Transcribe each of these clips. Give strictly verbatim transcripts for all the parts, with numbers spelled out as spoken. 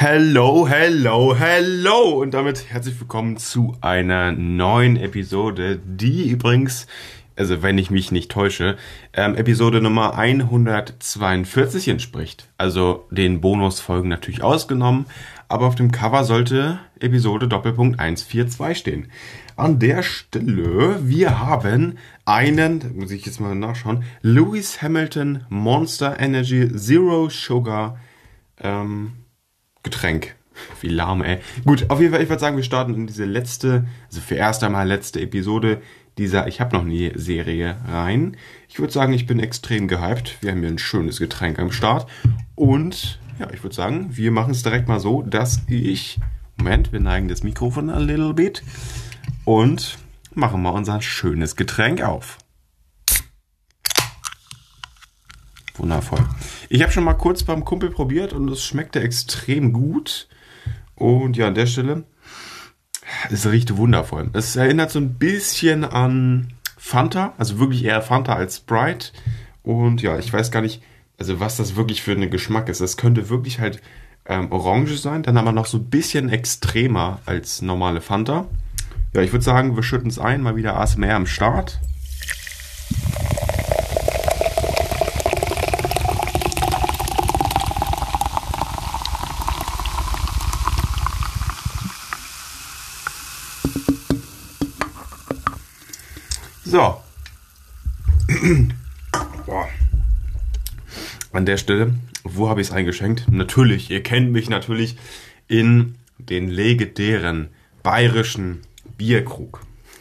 Hello, hello, hello und damit herzlich willkommen zu einer neuen Episode, die übrigens, also wenn ich mich nicht täusche, ähm, Episode Nummer hundertzweiundvierzig entspricht. Also den Bonusfolgen natürlich ausgenommen, aber auf dem Cover sollte Episode Doppelpunkt hundertvzweiundvierzig stehen. An der Stelle, wir haben einen, da muss ich jetzt mal nachschauen, Lewis Hamilton Monster Energy Zero Sugar ähm, Getränk. Wie lahm, ey. Gut, auf jeden Fall, ich würde sagen, wir starten in diese letzte, also für erst einmal letzte Episode dieser Ich hab noch nie Serie rein. Ich würde sagen, ich bin extrem gehypt. Wir haben hier ein schönes Getränk am Start. Und ja, ich würde sagen, wir machen es direkt mal so, dass ich... Moment, wir neigen das Mikrofon a little bit. Und machen mal unser schönes Getränk auf. Wundervoll. Ich habe schon mal kurz beim Kumpel probiert und es schmeckte extrem gut. Und ja, an der Stelle, es riecht wundervoll. Es erinnert so ein bisschen an Fanta, also wirklich eher Fanta als Sprite. Und ja, ich weiß gar nicht, also was das wirklich für ein Geschmack ist. Das könnte wirklich halt ähm, Orange sein, dann aber noch so ein bisschen extremer als normale Fanta. Ja, ich würde sagen, wir schütten es ein, mal wieder A S M R am Start. So. Boah. An der Stelle, wo habe ich es eingeschenkt? Natürlich, ihr kennt mich natürlich in den legendären bayerischen Bierkrug.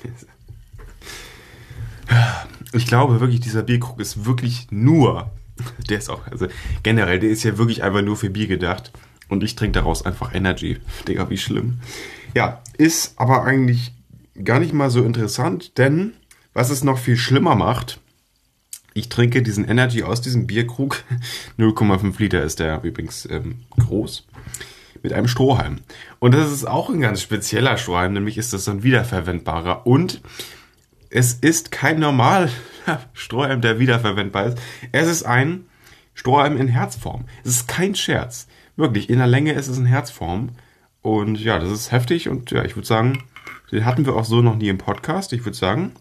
Ich glaube wirklich, dieser Bierkrug ist wirklich nur, der ist auch, also generell, der ist ja wirklich einfach nur für Bier gedacht. Und ich trinke daraus einfach Energy. Digga, wie schlimm. Ja, ist aber eigentlich gar nicht mal so interessant, denn was es noch viel schlimmer macht, ich trinke diesen Energy aus diesem Bierkrug, null Komma fünf Liter ist der übrigens ähm, groß, mit einem Strohhalm. Und das ist auch ein ganz spezieller Strohhalm, nämlich ist das so ein wiederverwendbarer. Und es ist kein normaler Strohhalm, der wiederverwendbar ist. Es ist ein Strohhalm in Herzform. Es ist kein Scherz. Wirklich, in der Länge ist es in Herzform. Und ja, das ist heftig. Und ja, ich würde sagen, den hatten wir auch so noch nie im Podcast. Ich würde sagen,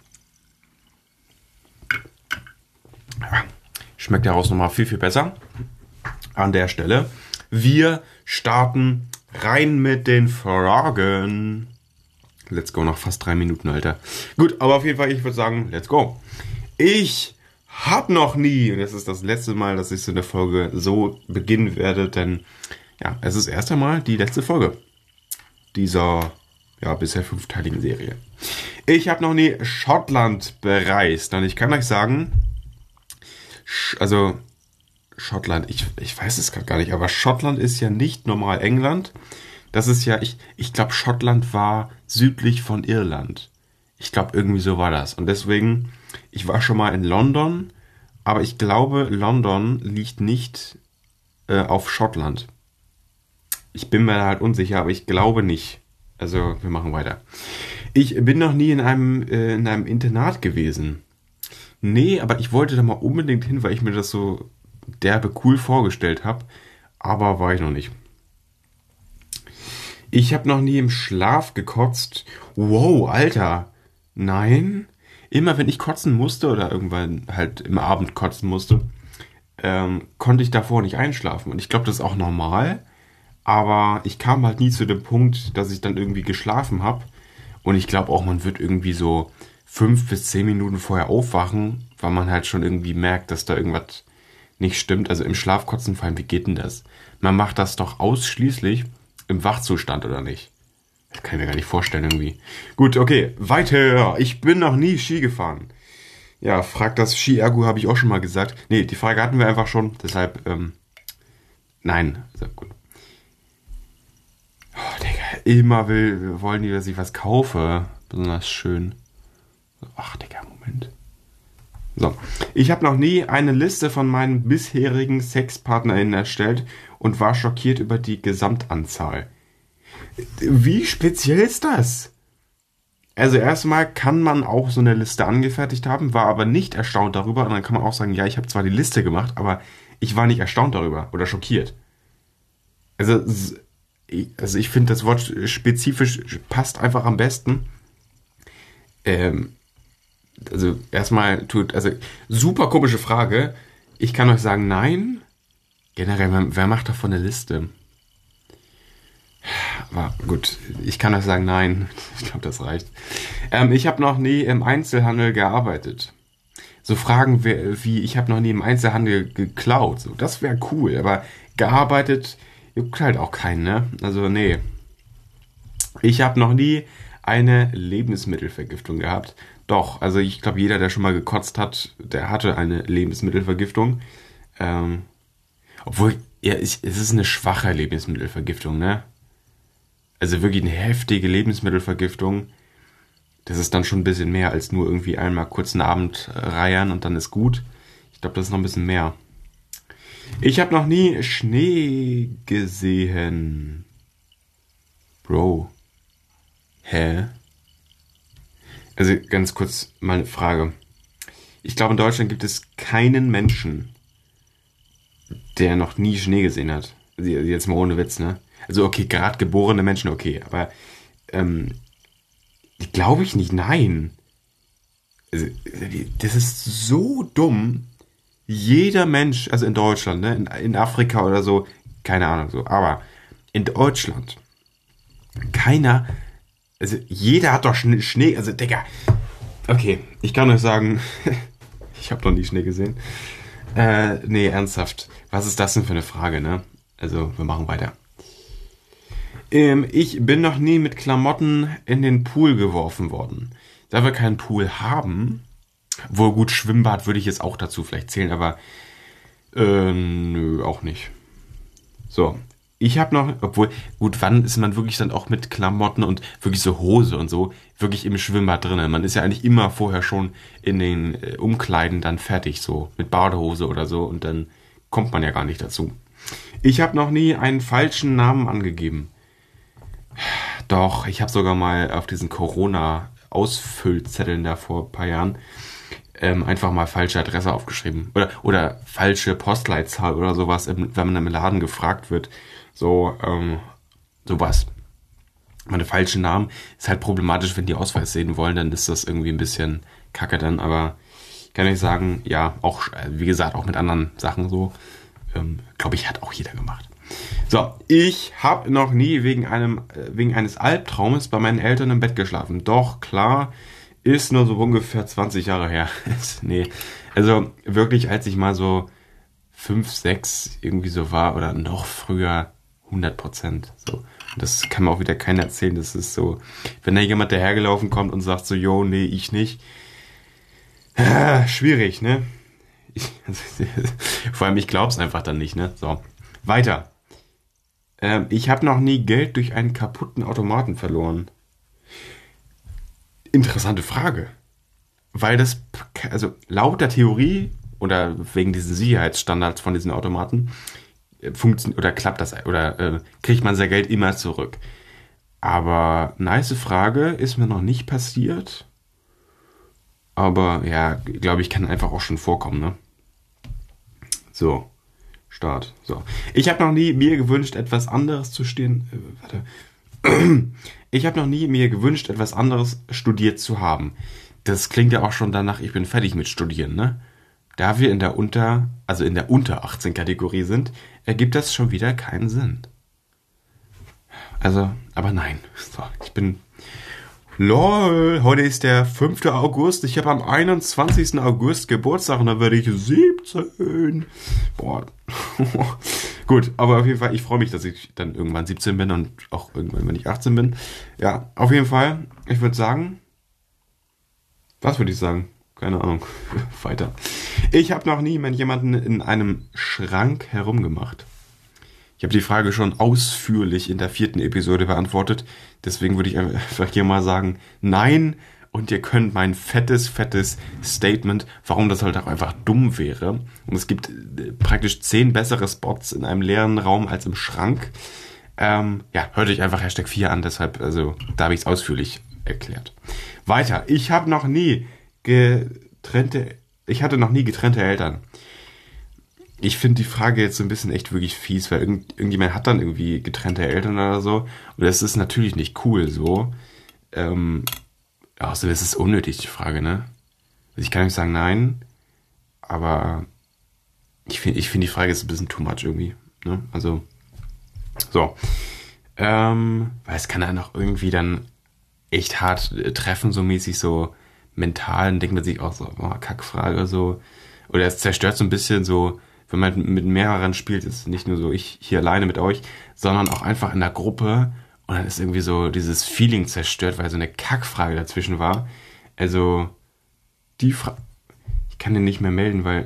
schmeckt daraus nochmal viel, viel besser. An der Stelle. Wir starten rein mit den Fragen. Let's go, noch fast drei Minuten, Alter. Gut, aber auf jeden Fall, ich würde sagen, let's go. Ich habe noch nie, und das ist das letzte Mal, dass ich so eine Folge so beginnen werde, denn ja, es ist erst einmal die letzte Folge dieser ja, bisher fünfteiligen Serie. Ich habe noch nie Schottland bereist und ich kann euch sagen, also Schottland, ich, ich weiß es gerade gar nicht, aber Schottland ist ja nicht normal England. Das ist ja, ich, ich glaube, Schottland war südlich von Irland. Ich glaube, irgendwie so war das. Und deswegen, ich war schon mal in London, aber ich glaube, London liegt nicht äh, auf Schottland. Ich bin mir halt unsicher, aber ich glaube nicht. Also, wir machen weiter. Ich bin noch nie in einem, äh, in einem Internat gewesen. Nee, aber ich wollte da mal unbedingt hin, weil ich mir das so derbe cool vorgestellt habe. Aber war ich noch nicht. Ich habe noch nie im Schlaf gekotzt. Wow, Alter. Nein. Immer wenn ich kotzen musste oder irgendwann halt im Abend kotzen musste, ähm, konnte ich davor nicht einschlafen. Und ich glaube, das ist auch normal. Aber ich kam halt nie zu dem Punkt, dass ich dann irgendwie geschlafen habe. Und ich glaube auch, man wird irgendwie so fünf bis zehn Minuten vorher aufwachen, weil man halt schon irgendwie merkt, dass da irgendwas nicht stimmt. Also im Schlafkotzen fallen, wie geht denn das? Man macht das doch ausschließlich im Wachzustand, oder nicht? Das kann ich mir gar nicht vorstellen irgendwie. Gut, okay, weiter. Ich bin noch nie Ski gefahren. Ja, fragt das Ski-Ergo, habe ich auch schon mal gesagt. Nee, die Frage hatten wir einfach schon, deshalb, ähm, nein. So, gut. Oh, Digga, immer will, wollen die, dass ich was kaufe. Besonders schön. Ach, Digga, Moment. So, ich habe noch nie eine Liste von meinen bisherigen SexpartnerInnen erstellt und war schockiert über die Gesamtanzahl. Wie speziell ist das? Also erstmal kann man auch so eine Liste angefertigt haben, war aber nicht erstaunt darüber. Und dann kann man auch sagen, ja, ich habe zwar die Liste gemacht, aber ich war nicht erstaunt darüber oder schockiert. Also also ich finde das Wort spezifisch passt einfach am besten. Ähm, also erstmal tut, also super komische Frage. Ich kann euch sagen, nein. Generell, wer macht davon eine Liste? Aber gut, ich kann euch sagen, nein. Ich glaube, das reicht. Ähm, ich habe noch nie im Einzelhandel gearbeitet. So Fragen wie, wie ich habe noch nie im Einzelhandel geklaut. So, das wäre cool, aber gearbeitet juckt halt auch keinen, ne? Also, nee. Ich habe noch nie eine Lebensmittelvergiftung gehabt. Doch, also ich glaube, jeder, der schon mal gekotzt hat, der hatte eine Lebensmittelvergiftung. Ähm, obwohl, ja, ich, es ist eine schwache Lebensmittelvergiftung, ne? Also wirklich eine heftige Lebensmittelvergiftung. Das ist dann schon ein bisschen mehr als nur irgendwie einmal kurz einen Abend reiern und dann ist gut. Ich glaube, das ist noch ein bisschen mehr. Ich habe noch nie Schnee gesehen. Bro. Hä? Also ganz kurz mal eine Frage. Ich glaube, in Deutschland gibt es keinen Menschen, der noch nie Schnee gesehen hat. Also jetzt mal ohne Witz, ne? Also okay, gerade geborene Menschen, okay. Aber ähm, glaube ich nicht, nein. Also, das ist so dumm. Jeder Mensch, also in Deutschland, ne, in, in Afrika oder so, keine Ahnung so, aber in Deutschland, keiner, also jeder hat doch Schnee, also Digga, okay, ich kann euch sagen, ich habe noch nie Schnee gesehen. Äh, nee, ernsthaft, was ist das denn für eine Frage, ne? Also, wir machen weiter. Ähm, ich bin noch nie mit Klamotten in den Pool geworfen worden. Da wir keinen Pool haben, wohl gut, Schwimmbad würde ich jetzt auch dazu vielleicht zählen, aber äh, nö, auch nicht. So, ich habe noch, obwohl, gut, wann ist man wirklich dann auch mit Klamotten und wirklich so Hose und so, wirklich im Schwimmbad drinnen? Man ist ja eigentlich immer vorher schon in den äh, Umkleiden dann fertig, so mit Badehose oder so und dann kommt man ja gar nicht dazu. Ich habe noch nie einen falschen Namen angegeben. Doch, ich habe sogar mal auf diesen Corona-Ausfüllzetteln da vor ein paar Jahren ähm, einfach mal falsche Adresse aufgeschrieben. Oder, oder falsche Postleitzahl oder sowas, im, wenn man im Laden gefragt wird. So, ähm, sowas. Meine falschen Namen ist halt problematisch, wenn die Ausweis sehen wollen, dann ist das irgendwie ein bisschen kacke dann. Aber ich kann euch sagen, ja, auch, wie gesagt, auch mit anderen Sachen so. Ähm, glaube ich, hat auch jeder gemacht. So, ich habe noch nie wegen einem wegen eines Albtraumes bei meinen Eltern im Bett geschlafen. Doch, klar, ist nur so ungefähr zwanzig Jahre her. Nee, also wirklich, als ich mal so fünf, sechs irgendwie so war oder noch früher, hundert Prozent. So, das kann mir auch wieder keiner erzählen. Das ist so, wenn da jemand dahergelaufen kommt und sagt so, yo, nee, ich nicht. Ah, schwierig, ne? Ich, vor allem, ich glaub's einfach dann nicht, ne? So, weiter. Ich habe noch nie Geld durch einen kaputten Automaten verloren. Interessante Frage. Weil das, also laut der Theorie oder wegen diesen Sicherheitsstandards von diesen Automaten, funktioniert oder klappt das oder äh, kriegt man sein Geld immer zurück. Aber nice Frage, ist mir noch nicht passiert. Aber ja, glaube ich, kann einfach auch schon vorkommen, ne? So. Start. So. Ich habe noch nie mir gewünscht, etwas anderes zu stehen. Äh, warte. Ich habe noch nie mir gewünscht, etwas anderes studiert zu haben. Das klingt ja auch schon danach, ich bin fertig mit Studieren, ne? Da wir in der unter, also in der unter achtzehn Kategorie sind, ergibt das schon wieder keinen Sinn. Also, aber nein. So, ich bin. Lol, heute ist der fünfte August. Ich habe am einundzwanzigsten August Geburtstag und dann werde ich siebzehn. Boah. Gut, aber auf jeden Fall, ich freue mich, dass ich dann irgendwann siebzehn bin und auch irgendwann, wenn ich achtzehn bin. Ja, auf jeden Fall, ich würde sagen, was würde ich sagen? Keine Ahnung. Weiter. Ich habe noch nie mit jemanden in einem Schrank herumgemacht. Ich habe die Frage schon ausführlich in der vierten Episode beantwortet. Deswegen würde ich einfach hier mal sagen, nein. Und ihr könnt mein fettes, fettes Statement, warum das halt auch einfach dumm wäre. Und es gibt praktisch zehn bessere Spots in einem leeren Raum als im Schrank. Ähm, ja, hört euch einfach Hashtag vier an. Deshalb, also da habe ich es ausführlich erklärt. Weiter. Ich habe noch nie getrennte, ich hatte noch nie getrennte Eltern. ich finde die Frage jetzt so ein bisschen echt wirklich fies, weil irgend, irgendjemand hat dann irgendwie getrennte Eltern oder so. Und das ist natürlich nicht cool so. Ähm, außerdem ist es unnötig, die Frage, ne? Also ich kann nicht sagen nein, aber ich finde ich finde die Frage ist ein bisschen too much irgendwie. Ne? Also, so. Ähm, weil es kann dann auch irgendwie dann echt hart äh, treffen, so mäßig, so mental. Dann denkt man sich auch so, oh, Kackfrage, so. Oder es zerstört so ein bisschen so, wenn man mit mehreren spielt, ist nicht nur so ich hier alleine mit euch, sondern auch einfach in der Gruppe. Und dann ist irgendwie so dieses Feeling zerstört, weil so eine Kackfrage dazwischen war. Also, die Frage, ich kann den nicht mehr melden, weil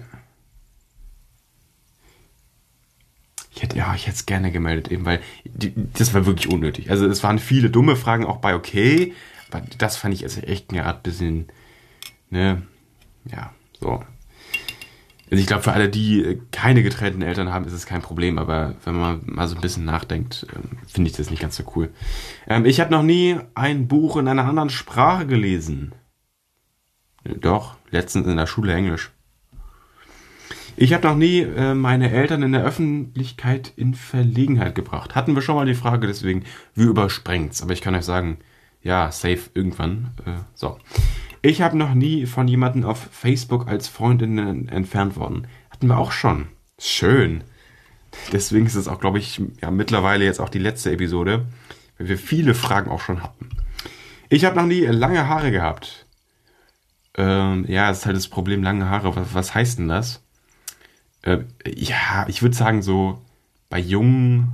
ich hätte, ja, ich hätte es gerne gemeldet eben, weil die, das war wirklich unnötig. Also es waren viele dumme Fragen auch bei okay, aber das fand ich also echt eine Art bisschen, ne, ja, so. Also ich glaube, für alle, die keine getrennten Eltern haben, ist es kein Problem, aber wenn man mal so ein bisschen nachdenkt, ähm, finde ich das nicht ganz so cool. Ähm, ich habe noch nie ein Buch in einer anderen Sprache gelesen. Doch, letztens in der Schule Englisch. Ich habe noch nie äh, meine Eltern in der Öffentlichkeit in Verlegenheit gebracht. Hatten wir schon mal die Frage, deswegen, wir übersprengen's. Aber ich kann euch sagen, ja, safe irgendwann. Äh, so. Ich habe noch nie von jemandem auf Facebook als Freundin entfernt worden. Hatten wir auch schon. Schön. Deswegen ist es auch, glaube ich, ja, mittlerweile jetzt auch die letzte Episode, weil wir viele Fragen auch schon hatten. Ich habe noch nie lange Haare gehabt. Ähm, ja, das ist halt das Problem, lange Haare. Was, was heißt denn das? Äh, ja, ich würde sagen so bei Jungen,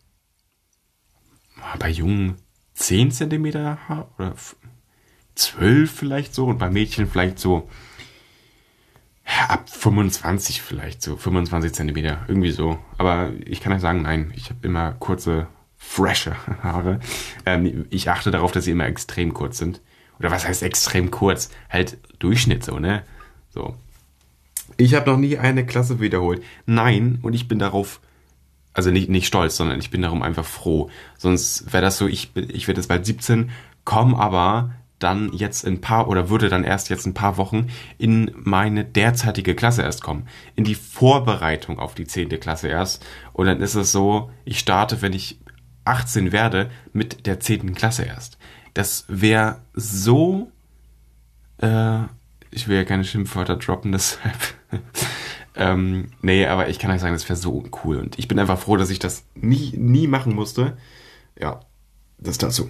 bei Jungen zehn Zentimeter Haar oder zwölf vielleicht so und bei Mädchen vielleicht so ja, ab fünfundzwanzig vielleicht so, fünfundzwanzig Zentimeter, irgendwie so. Aber ich kann euch sagen, nein, ich habe immer kurze, frische Haare. Ähm, ich achte darauf, dass sie immer extrem kurz sind. Oder was heißt extrem kurz? Halt Durchschnitt so, ne? So. Ich habe noch nie eine Klasse wiederholt. Nein, und ich bin darauf, also nicht, nicht stolz, sondern ich bin darum einfach froh. Sonst wäre das so, ich, ich werde jetzt bald siebzehn, komme aber dann jetzt in ein paar, oder würde dann erst jetzt ein paar Wochen in meine derzeitige Klasse erst kommen. In die Vorbereitung auf die zehnte Klasse erst. Und dann ist es so, ich starte, wenn ich achtzehn werde, mit der zehnten Klasse erst. Das wäre so, äh, ich will ja keine Schimpfwörter droppen, deshalb. ähm, nee, aber ich kann euch sagen, das wäre so cool. Und ich bin einfach froh, dass ich das nie, nie machen musste. Ja, das dazu.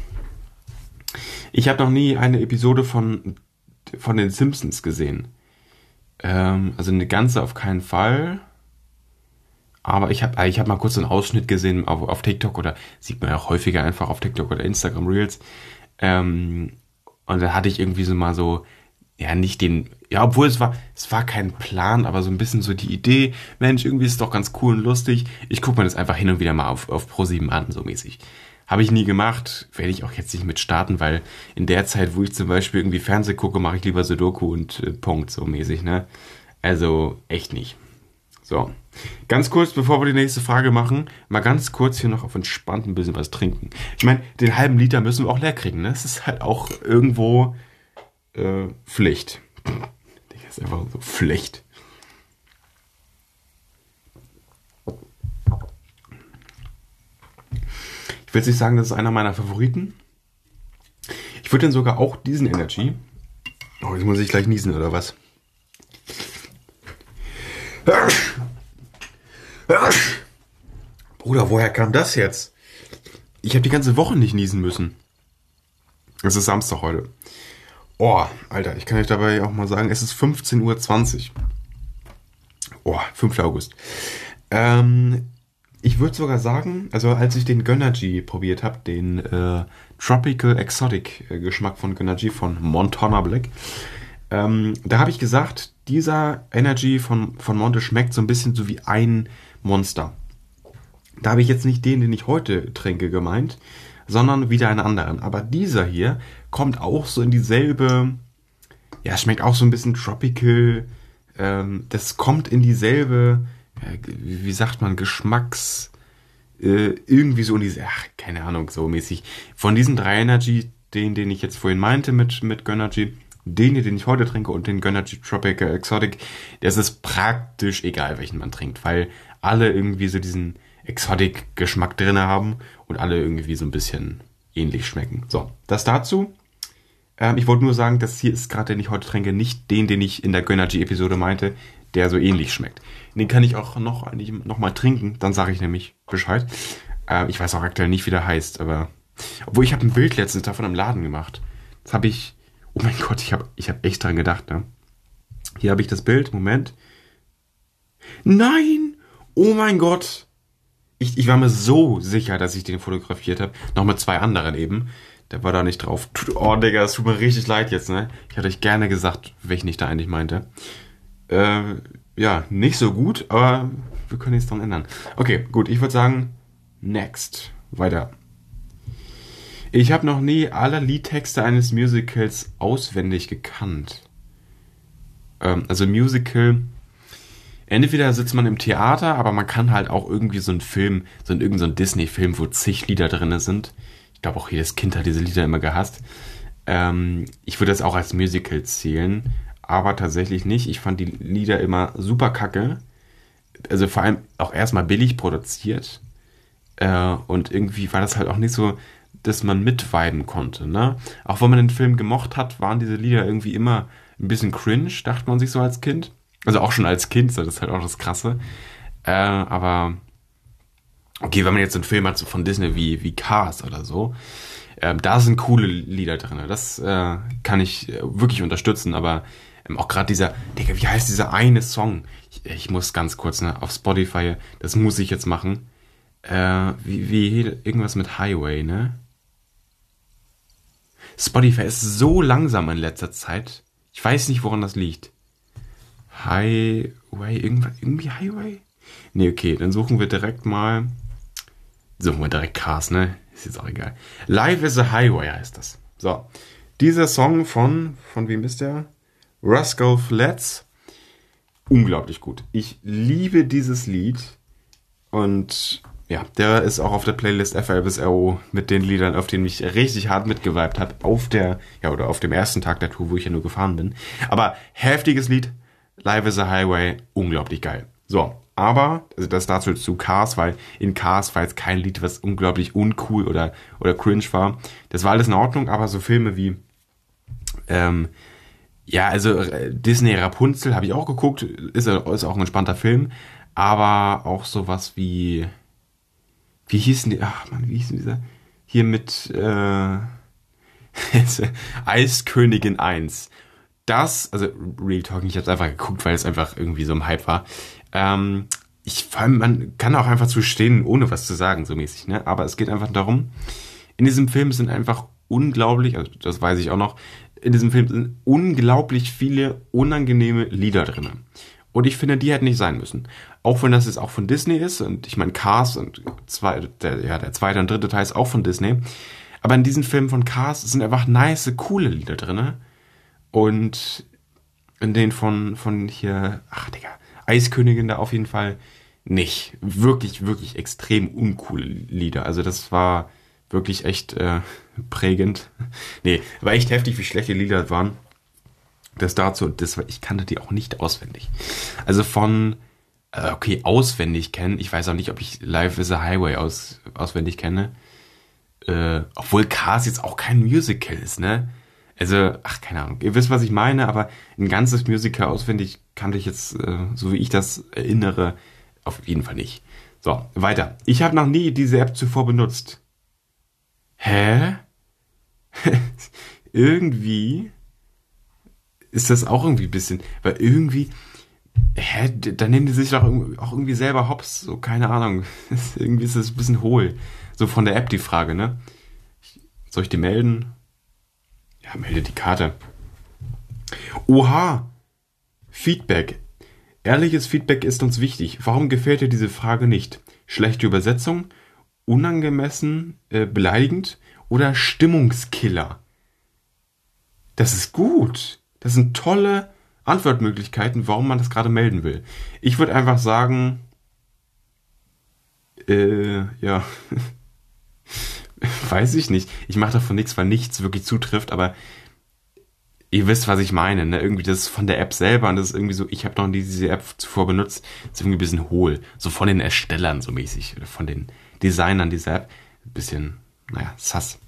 Ich habe noch nie eine Episode von, von den Simpsons gesehen. Ähm, also eine ganze auf keinen Fall. Aber ich habe ich hab mal kurz einen Ausschnitt gesehen auf, auf TikTok oder sieht man ja auch häufiger einfach auf TikTok oder Instagram Reels. Ähm, und da hatte ich irgendwie so mal so, ja, nicht den, ja, obwohl es war, es war kein Plan, aber so ein bisschen so die Idee, Mensch, irgendwie ist es doch ganz cool und lustig. Ich gucke mir das einfach hin und wieder mal auf, auf ProSieben an, so mäßig. Habe ich nie gemacht, werde ich auch jetzt nicht mit starten, weil in der Zeit, wo ich zum Beispiel irgendwie Fernseh gucke, mache ich lieber Sudoku und äh, Punkt, so mäßig, ne? Also, echt nicht. So. Ganz kurz, bevor wir die nächste Frage machen, mal ganz kurz hier noch auf entspannt ein bisschen was trinken. Ich meine, den halben Liter müssen wir auch leer kriegen, ne? Das ist halt auch irgendwo äh, Pflicht. Das ist einfach so Pflicht. Ich will jetzt nicht sagen, das ist einer meiner Favoriten. Ich würde dann sogar auch diesen Energy. Oh, jetzt muss ich gleich niesen, oder was? Bruder, woher kam das jetzt? Ich habe die ganze Woche nicht niesen müssen. Es ist Samstag heute. Oh, Alter, ich kann euch dabei auch mal sagen, es ist fünfzehn Uhr zwanzig. Oh, fünfter August. Ähm, ich würde sogar sagen, also als ich den Gönnergy probiert habe, den äh, Tropical Exotic äh, Geschmack von Gönnergy von Montana Black, ähm, da habe ich gesagt, dieser Energy von, von Monte schmeckt so ein bisschen so wie ein Monster. Da habe ich jetzt nicht den, den ich heute trinke, gemeint, sondern wieder einen anderen. Aber dieser hier kommt auch so in dieselbe, ja, schmeckt auch so ein bisschen tropical. Ähm, das kommt in dieselbe, ja, wie sagt man, Geschmacks, äh, irgendwie so in diese, ach, keine Ahnung, so mäßig. Von diesen drei Energy, den, den ich jetzt vorhin meinte mit, mit Gönnergy, den hier, den ich heute trinke, und den Gönnergy Tropical Exotic, das ist praktisch egal, welchen man trinkt, weil alle irgendwie so diesen Exotic-Geschmack drin haben und alle irgendwie so ein bisschen ähnlich schmecken. So, das dazu. Ähm, ich wollte nur sagen, das hier ist gerade, den ich heute trinke, nicht den, den ich in der Gönnergy-Episode meinte, der so ähnlich schmeckt. Den kann ich auch noch, eigentlich noch mal trinken, dann sage ich nämlich Bescheid. Äh, ich weiß auch aktuell nicht, wie der heißt, aber... Obwohl, ich habe ein Bild letztens davon im Laden gemacht. Das habe ich... Oh mein Gott, ich habe ich hab echt dran gedacht, ne? Hier habe ich das Bild, Moment. Nein! Oh mein Gott! Ich, ich war mir so sicher, dass ich den fotografiert habe. Noch mit zwei anderen eben. Der war da nicht drauf. Oh, Digga, es tut mir richtig leid jetzt, ne? Ich hätte euch gerne gesagt, welchen ich da eigentlich meinte. Äh, ja, nicht so gut, aber wir können nichts dran ändern. Okay, gut, ich würde sagen, next. Weiter. Ich habe noch nie alle Liedtexte eines Musicals auswendig gekannt. Ähm, also Musical, entweder sitzt man im Theater, aber man kann halt auch irgendwie so einen Film, so einen, irgendeinen so Disney-Film, wo zig Lieder drin sind. Ich glaube auch jedes Kind hat diese Lieder immer gehasst. Ähm, ich würde das auch als Musical zählen, aber tatsächlich nicht. Ich fand die Lieder immer super kacke. Also vor allem auch erstmal billig produziert. Äh, und irgendwie war das halt auch nicht so, dass man mitviben konnte, ne? Auch wenn man den Film gemocht hat, waren diese Lieder irgendwie immer ein bisschen cringe, dachte man sich so als Kind. Also auch schon als Kind, das ist halt auch das Krasse. Äh, aber okay, wenn man jetzt einen Film hat so von Disney wie, wie Cars oder so, äh, da sind coole Lieder drin. Das äh, kann ich wirklich unterstützen, aber ähm, auch gerade dieser, Digga, wie heißt dieser eine Song? Ich, ich muss ganz kurz, ne, auf Spotify, das muss ich jetzt machen. Äh, wie, wie irgendwas mit Highway, ne? Spotify ist so langsam in letzter Zeit. Ich weiß nicht, woran das liegt. Highway, irgendwas, irgendwie Highway? Nee, okay, dann suchen wir direkt mal. Suchen wir direkt Cars, ne? Ist jetzt auch egal. Life is a Highway heißt das. So. Dieser Song von, von wem ist der? Rascal Flatts. Unglaublich gut. Ich liebe dieses Lied. Und ja, der ist auch auf der Playlist F L bis R O mit den Liedern, auf denen ich richtig hart mitgeweibt habe. Auf der, ja, oder auf dem ersten Tag der Tour, wo ich ja nur gefahren bin. Aber heftiges Lied. Life is a Highway. Unglaublich geil. So. Aber, also das dazu zu Cars, weil in Cars war jetzt kein Lied, was unglaublich uncool oder, oder cringe war. Das war alles in Ordnung, aber so Filme wie, ähm, ja, also äh, Disney Rapunzel habe ich auch geguckt, ist, ist auch ein entspannter Film, aber auch sowas wie, wie hießen die, ach man, wie hieß denn dieser, hier mit, äh, Eiskönigin eins. Das, also Real Talking, ich habe es einfach geguckt, weil es einfach irgendwie so im Hype war. Ähm, ich, vor allem, man kann auch einfach zu stehen, ohne was zu sagen, so mäßig, ne? Aber es geht einfach darum, in diesem Film sind einfach unglaublich, also das weiß ich auch noch, in diesem Film sind unglaublich viele unangenehme Lieder drin. Und ich finde, die hätten nicht sein müssen. Auch wenn das jetzt auch von Disney ist, und ich meine, Cars und zwei, der, ja, der zweite und dritte Teil ist auch von Disney. Aber in diesen Filmen von Cars sind einfach nice, coole Lieder drin. Und in den von, von hier, ach Digga, Eiskönigin da auf jeden Fall nicht. Wirklich, wirklich extrem uncoole Lieder. Also das war wirklich echt äh, prägend. Nee, war echt heftig, wie schlecht die Lieder waren. Das dazu, das, ich kannte die auch nicht auswendig. Also von, äh, okay, auswendig kennen. Ich weiß auch nicht, ob ich Life is a Highway aus, auswendig kenne. Äh, obwohl Cars jetzt auch kein Musical ist, ne? Also, ach, keine Ahnung. Ihr wisst, was ich meine, aber ein ganzes Musical auswendig kannte ich jetzt, äh, so wie ich das erinnere, auf jeden Fall nicht. So, weiter. Ich habe noch nie diese App zuvor benutzt. Hä? Irgendwie ist das auch irgendwie ein bisschen, weil irgendwie, hä, da nehmen die sich doch auch irgendwie selber hops, so, keine Ahnung. Irgendwie ist das ein bisschen hohl. So von der App die Frage, ne? Soll ich die melden? Ja, melde die Karte. Oha! Feedback. Ehrliches Feedback ist uns wichtig. Warum gefällt dir diese Frage nicht? Schlechte Übersetzung? Unangemessen? Äh, beleidigend? Oder Stimmungskiller? Das ist gut. Das sind tolle Antwortmöglichkeiten, warum man das gerade melden will. Ich würde einfach sagen, äh, ja... Weiß ich nicht. Ich mache davon nichts, weil nichts wirklich zutrifft, aber ihr wisst, was ich meine, ne? Irgendwie das von der App selber und das ist irgendwie so, ich habe noch nie diese App zuvor benutzt, ist irgendwie ein bisschen hohl. So von den Erstellern so mäßig, oder von den Designern dieser App. Ein bisschen, naja, sass.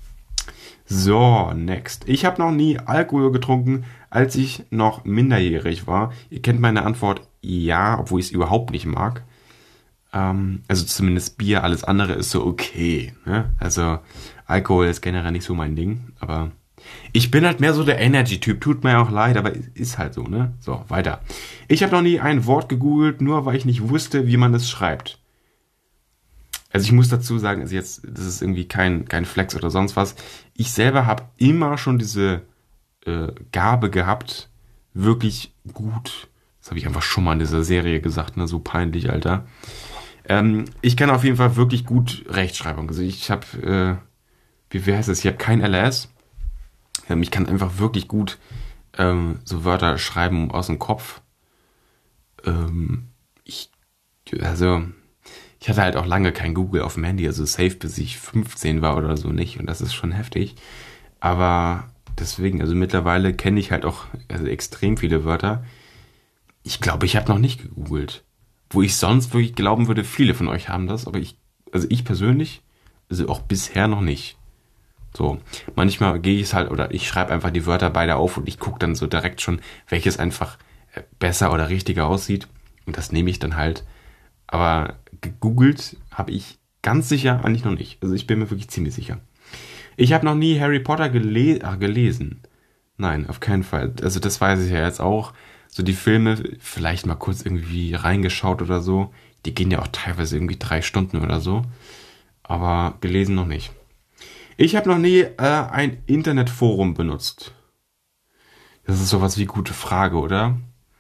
So, next. Ich habe noch nie Alkohol getrunken, als ich noch minderjährig war. Ihr kennt meine Antwort, ja, obwohl ich es überhaupt nicht mag. Ähm, also zumindest Bier, alles andere ist so okay. Ne? Also Alkohol ist generell nicht so mein Ding, aber ich bin halt mehr so der Energy-Typ. Tut mir auch leid, aber ist halt so, ne? So, weiter. Ich habe noch nie ein Wort gegoogelt, nur weil ich nicht wusste, wie man es schreibt. Also ich muss dazu sagen, also jetzt, das ist irgendwie kein, kein Flex oder sonst was. Ich selber habe immer schon diese äh, Gabe gehabt, wirklich gut, das habe ich einfach schon mal in dieser Serie gesagt, ne, so peinlich, Alter. Ähm, ich kann auf jeden Fall wirklich gut Rechtschreibung. Also ich habe, äh, wie, wie heißt das? Ich habe kein L S. Ähm, ich kann einfach wirklich gut ähm, so Wörter schreiben aus dem Kopf. Ähm, ich, also ich hatte halt auch lange kein Google auf dem Handy, also safe bis ich fünfzehn war oder so nicht. Und das ist schon heftig. Aber deswegen, also mittlerweile kenne ich halt auch also extrem viele Wörter. Ich glaube, ich habe noch nicht gegoogelt. Wo ich sonst wirklich glauben würde, viele von euch haben das, aber ich, also ich persönlich, also auch bisher noch nicht. So, manchmal gehe ich es halt, oder ich schreibe einfach die Wörter beide auf und ich gucke dann so direkt schon, welches einfach besser oder richtiger aussieht. Und das nehme ich dann halt. Aber gegoogelt habe ich ganz sicher eigentlich noch nicht. Also ich bin mir wirklich ziemlich sicher. Ich habe noch nie Harry Potter gele- ach, gelesen. Nein, auf keinen Fall. Also das weiß ich ja jetzt auch. So die Filme, vielleicht mal kurz irgendwie reingeschaut oder so. Die gehen ja auch teilweise irgendwie drei Stunden oder so. Aber gelesen noch nicht. Ich habe noch nie äh, ein Internetforum benutzt. Das ist sowas wie gute Frage, oder?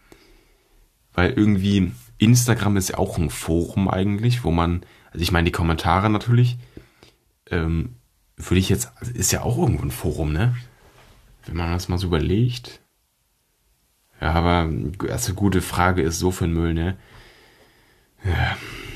Weil irgendwie Instagram ist ja auch ein Forum eigentlich, wo man, also ich meine die Kommentare natürlich, ähm, würde ich jetzt, also ist ja auch irgendwo ein Forum, ne? Wenn man das mal so überlegt. Ja, aber also gute Frage ist so für den Müll, ne? Ja.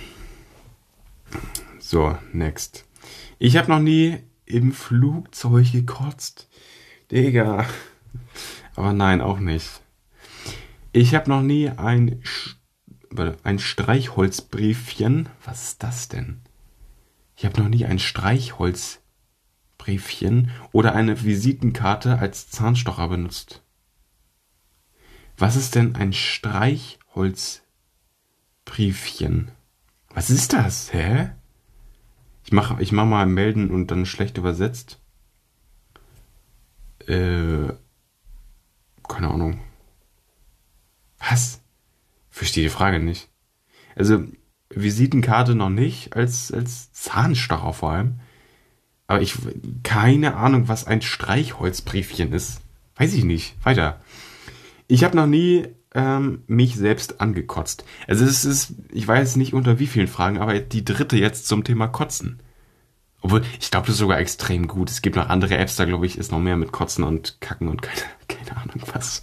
So, next. Ich habe noch nie im Flugzeug gekotzt. Digga. Aber nein, auch nicht. Ich habe noch nie ein, ein Streichholzbriefchen. Was ist das denn? Ich habe noch nie ein Streichholzbriefchen oder eine Visitenkarte als Zahnstocher benutzt. Was ist denn ein Streichholzbriefchen? Was ist das? Hä? Ich mach, ich mach mal melden und dann schlecht übersetzt. Äh, keine Ahnung. Was? Verstehe die Frage nicht. Also, Visitenkarte noch nicht, als, als Zahnstocher vor allem. Aber ich, keine Ahnung, was ein Streichholzbriefchen ist. Weiß ich nicht. Weiter. Ich habe noch nie ähm, mich selbst angekotzt. Also es ist, ich weiß nicht unter wie vielen Fragen, aber die dritte jetzt zum Thema Kotzen. Obwohl, ich glaube, das ist sogar extrem gut. Es gibt noch andere Apps, da glaube ich, ist noch mehr mit Kotzen und Kacken und keine, keine Ahnung was.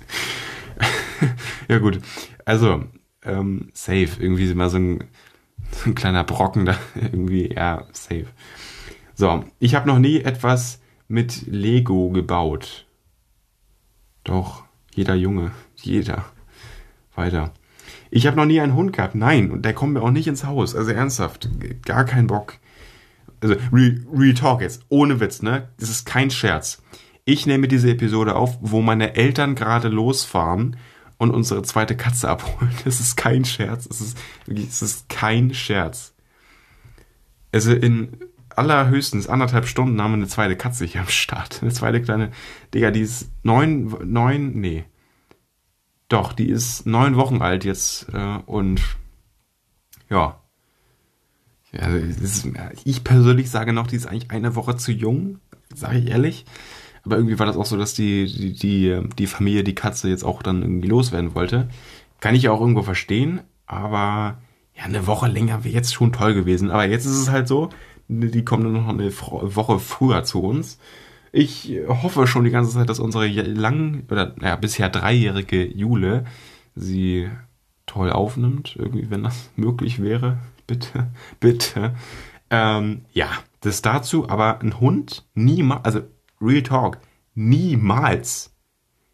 Ja gut, also ähm, safe. Irgendwie ist immer so ein, so ein kleiner Brocken da. Irgendwie, ja, safe. So, ich habe noch nie etwas mit Lego gebaut. Doch, jeder Junge, jeder. Weiter. Ich habe noch nie einen Hund gehabt. Nein, und der kommt mir auch nicht ins Haus. Also ernsthaft, gar kein Bock. Also, Real, Real Talk jetzt, ohne Witz, ne? Das ist kein Scherz. Ich nehme diese Episode auf, wo meine Eltern gerade losfahren und unsere zweite Katze abholen. Das ist kein Scherz. Es ist wirklich, es ist kein Scherz. Also in allerhöchstens anderthalb Stunden haben wir eine zweite Katze hier am Start. Eine zweite kleine, Digga, die ist neun, neun, nee. Doch, die ist neun Wochen alt jetzt äh, und ja. Ja, ist, ich persönlich sage noch, die ist eigentlich eine Woche zu jung, sage ich ehrlich. Aber irgendwie war das auch so, dass die, die, die, die Familie die Katze jetzt auch dann irgendwie loswerden wollte. Kann ich ja auch irgendwo verstehen, aber ja, eine Woche länger wäre jetzt schon toll gewesen. Aber jetzt ist es halt so, die kommen dann noch eine Woche früher zu uns. Ich hoffe schon die ganze Zeit, dass unsere lang, oder naja, bisher dreijährige Jule sie toll aufnimmt, irgendwie, wenn das möglich wäre. Bitte, bitte. Ähm, ja, das dazu, aber ein Hund niemals, also Real Talk, niemals,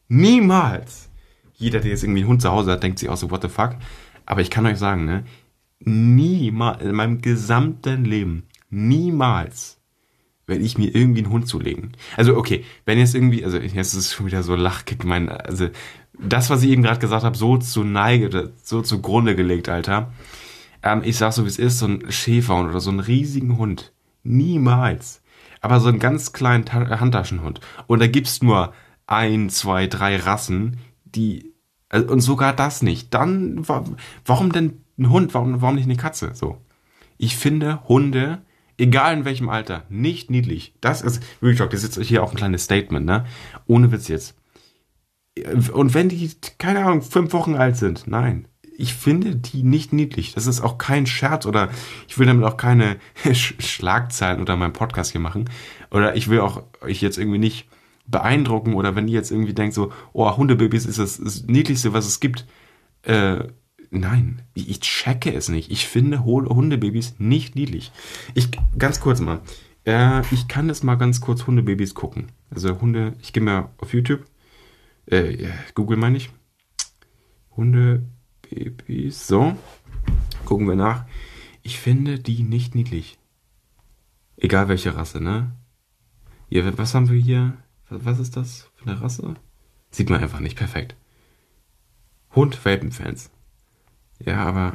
Niemals. Jeder, der jetzt irgendwie einen Hund zu Hause hat, denkt sich auch so, what the fuck. Aber ich kann euch sagen, ne, niemals, in meinem gesamten Leben, niemals werde ich mir irgendwie einen Hund zulegen. Also okay, wenn jetzt irgendwie, also jetzt ist es schon wieder so Lachkick, mein, also das, was ich eben gerade gesagt habe, so zu Neige, so zugrunde gelegt, Alter. Ähm, ich sag so, wie es ist, so ein Schäferhund oder so einen riesigen Hund. Niemals. Aber so einen ganz kleinen Ta- Handtaschenhund. Und da gibt's nur ein, zwei, drei Rassen, die, also, und sogar das nicht. Dann, wa- warum denn ein Hund? Warum, warum nicht eine Katze? So. Ich finde Hunde, egal in welchem Alter, nicht niedlich. Das ist, wirklich, das ist jetzt hier auch ein kleines Statement, ne? Ohne Witz jetzt. Und wenn die, keine Ahnung, fünf Wochen alt sind, nein. Ich finde die nicht niedlich. Das ist auch kein Scherz oder ich will damit auch keine Sch- Schlagzeilen unter meinem Podcast hier machen. Oder ich will auch euch jetzt irgendwie nicht beeindrucken oder wenn ihr jetzt irgendwie denkt so, oh, Hundebabys ist das, das Niedlichste, was es gibt. Äh, nein, ich, ich checke es nicht. Ich finde Ho- Hundebabys nicht niedlich. Ich, ganz kurz mal. Äh, ich kann jetzt mal ganz kurz Hundebabys gucken. Also Hunde, ich gehe mal auf YouTube. Äh, ja, Google meine ich. Hundebabys. So. Gucken wir nach. Ich finde die nicht niedlich. Egal welche Rasse, ne? Hier, was haben wir hier? Was ist das für eine Rasse? Sieht man einfach nicht. Perfekt. Hund-Welpen-Fans. Ja, aber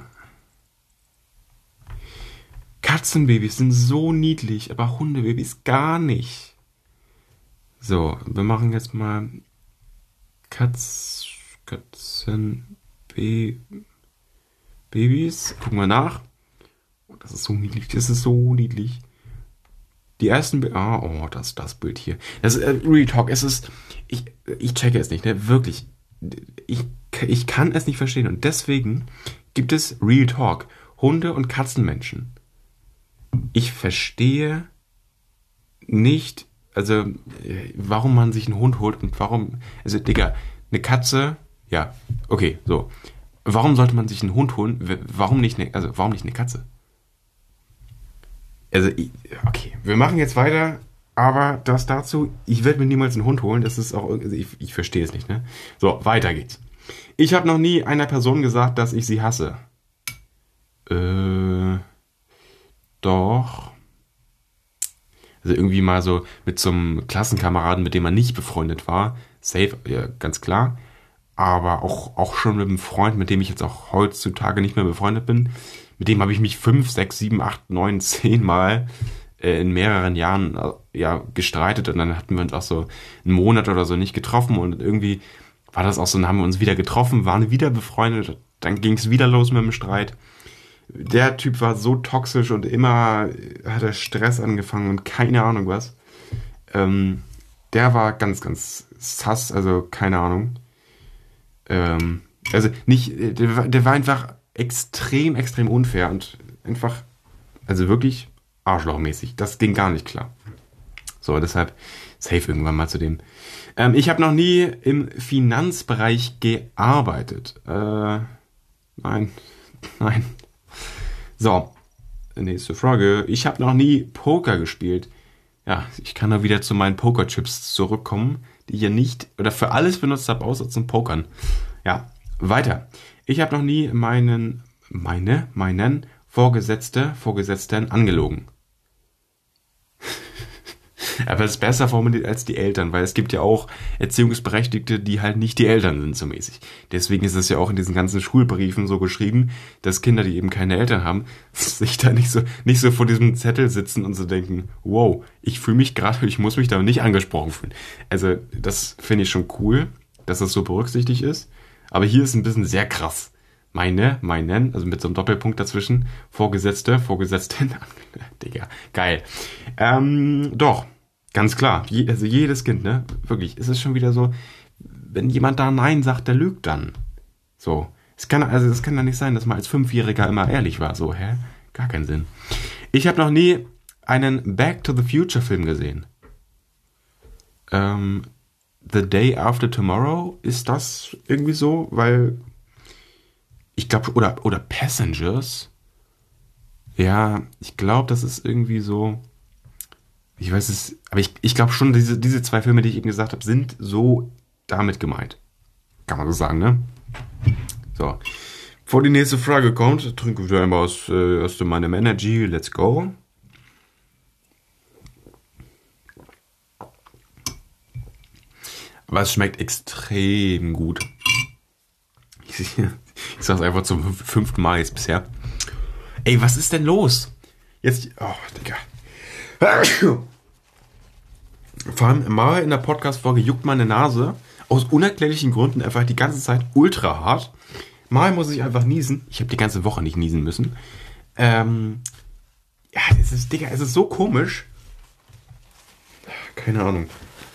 Katzenbabys sind so niedlich, aber Hundebabys gar nicht. So, wir machen jetzt mal Katz, Katzen, Be, Babys. Gucken wir nach. Oh, das ist so niedlich, das ist so niedlich. Die ersten, Bi- ah, oh, das, das Bild hier. Das ist, äh, Real Talk, es ist, ich, ich checke es nicht, ne, wirklich. Ich, ich kann es nicht verstehen und deswegen gibt es Real Talk. Hunde- und Katzenmenschen. Ich verstehe nicht, also, äh, warum man sich einen Hund holt und warum, also, Digga, eine Katze, ja, okay, so. Warum sollte man sich einen Hund holen? W- Warum nicht eine, also, warum nicht eine Katze? Also, ich, okay, wir machen jetzt weiter, aber das dazu, ich werde mir niemals einen Hund holen, das ist auch, also ich, ich verstehe es nicht, ne? So, weiter geht's. Ich habe noch nie einer Person gesagt, dass ich sie hasse. Äh, doch. Also irgendwie mal so mit so einem Klassenkameraden, mit dem man nicht befreundet war. Safe, ja, ganz klar. Aber auch, auch schon mit einem Freund, mit dem ich jetzt auch heutzutage nicht mehr befreundet bin. Mit dem habe ich mich fünf, sechs, sieben, acht, neun, zehn Mal äh, in mehreren Jahren äh, ja gestreitet und dann hatten wir uns auch so einen Monat oder so nicht getroffen und irgendwie war das auch so, dann haben wir uns wieder getroffen, waren wieder befreundet, dann ging es wieder los mit dem Streit. Der Typ war so toxisch und immer hat er Stress angefangen und keine Ahnung was. Ähm, der war ganz, ganz sass, also keine Ahnung. Ähm, also nicht, der, war- der war einfach extrem, extrem unfair und einfach, also wirklich arschlochmäßig. Das ging gar nicht klar. So, deshalb safe irgendwann mal zu dem. Ähm, ich habe noch nie im Finanzbereich gearbeitet. Äh, nein, nein. So, nächste Frage. Ich habe noch nie Poker gespielt. Ja, ich kann da wieder zu meinen Pokerchips zurückkommen, die ich ja nicht oder für alles benutzt habe, außer zum Pokern. Ja, weiter. Ich habe noch nie meinen, meine, meinen Vorgesetzte, Vorgesetzten angelogen. Aber es ist besser formuliert als die Eltern, weil es gibt ja auch Erziehungsberechtigte, die halt nicht die Eltern sind, so mäßig. Deswegen ist es ja auch in diesen ganzen Schulbriefen so geschrieben, dass Kinder, die eben keine Eltern haben, sich da nicht so, nicht so vor diesem Zettel sitzen und so denken, wow, ich fühle mich gerade, ich muss mich da nicht angesprochen fühlen. Also, das finde ich schon cool, dass das so berücksichtigt ist. Aber hier ist ein bisschen sehr krass. Meine, meinen, also mit so einem Doppelpunkt dazwischen, Vorgesetzte, Vorgesetzten, Digga, geil. Ähm, doch, ganz klar, Je, also jedes Kind, ne, wirklich, ist es schon wieder so, wenn jemand da Nein sagt, der lügt dann. So, es kann, also es kann doch nicht sein, dass man als Fünfjähriger immer ehrlich war, so, hä? Gar keinen Sinn. Ich habe noch nie einen Back to the Future Film gesehen. Ähm, The Day After Tomorrow, ist das irgendwie so, weil ich glaube, oder, oder Passengers. Ja, ich glaube, das ist irgendwie so. Ich weiß es, aber ich, ich glaube schon, diese, diese zwei Filme, die ich eben gesagt habe, sind so damit gemeint. Kann man so sagen, ne? So. Bevor die nächste Frage kommt, trinke ich wieder einmal aus, äh, aus meinem Energy. Let's go. Aber es schmeckt extrem gut. Ich, ich sag's einfach zum fünften Mal jetzt bisher. Ey, was ist denn los? Jetzt, oh, Digga. Vor allem mal in der Podcast-Folge juckt meine Nase aus unerklärlichen Gründen einfach die ganze Zeit ultra hart. Mal muss ich einfach niesen. Ich habe die ganze Woche nicht niesen müssen. Ähm, ja, das ist, Digga, es ist so komisch. Keine Ahnung.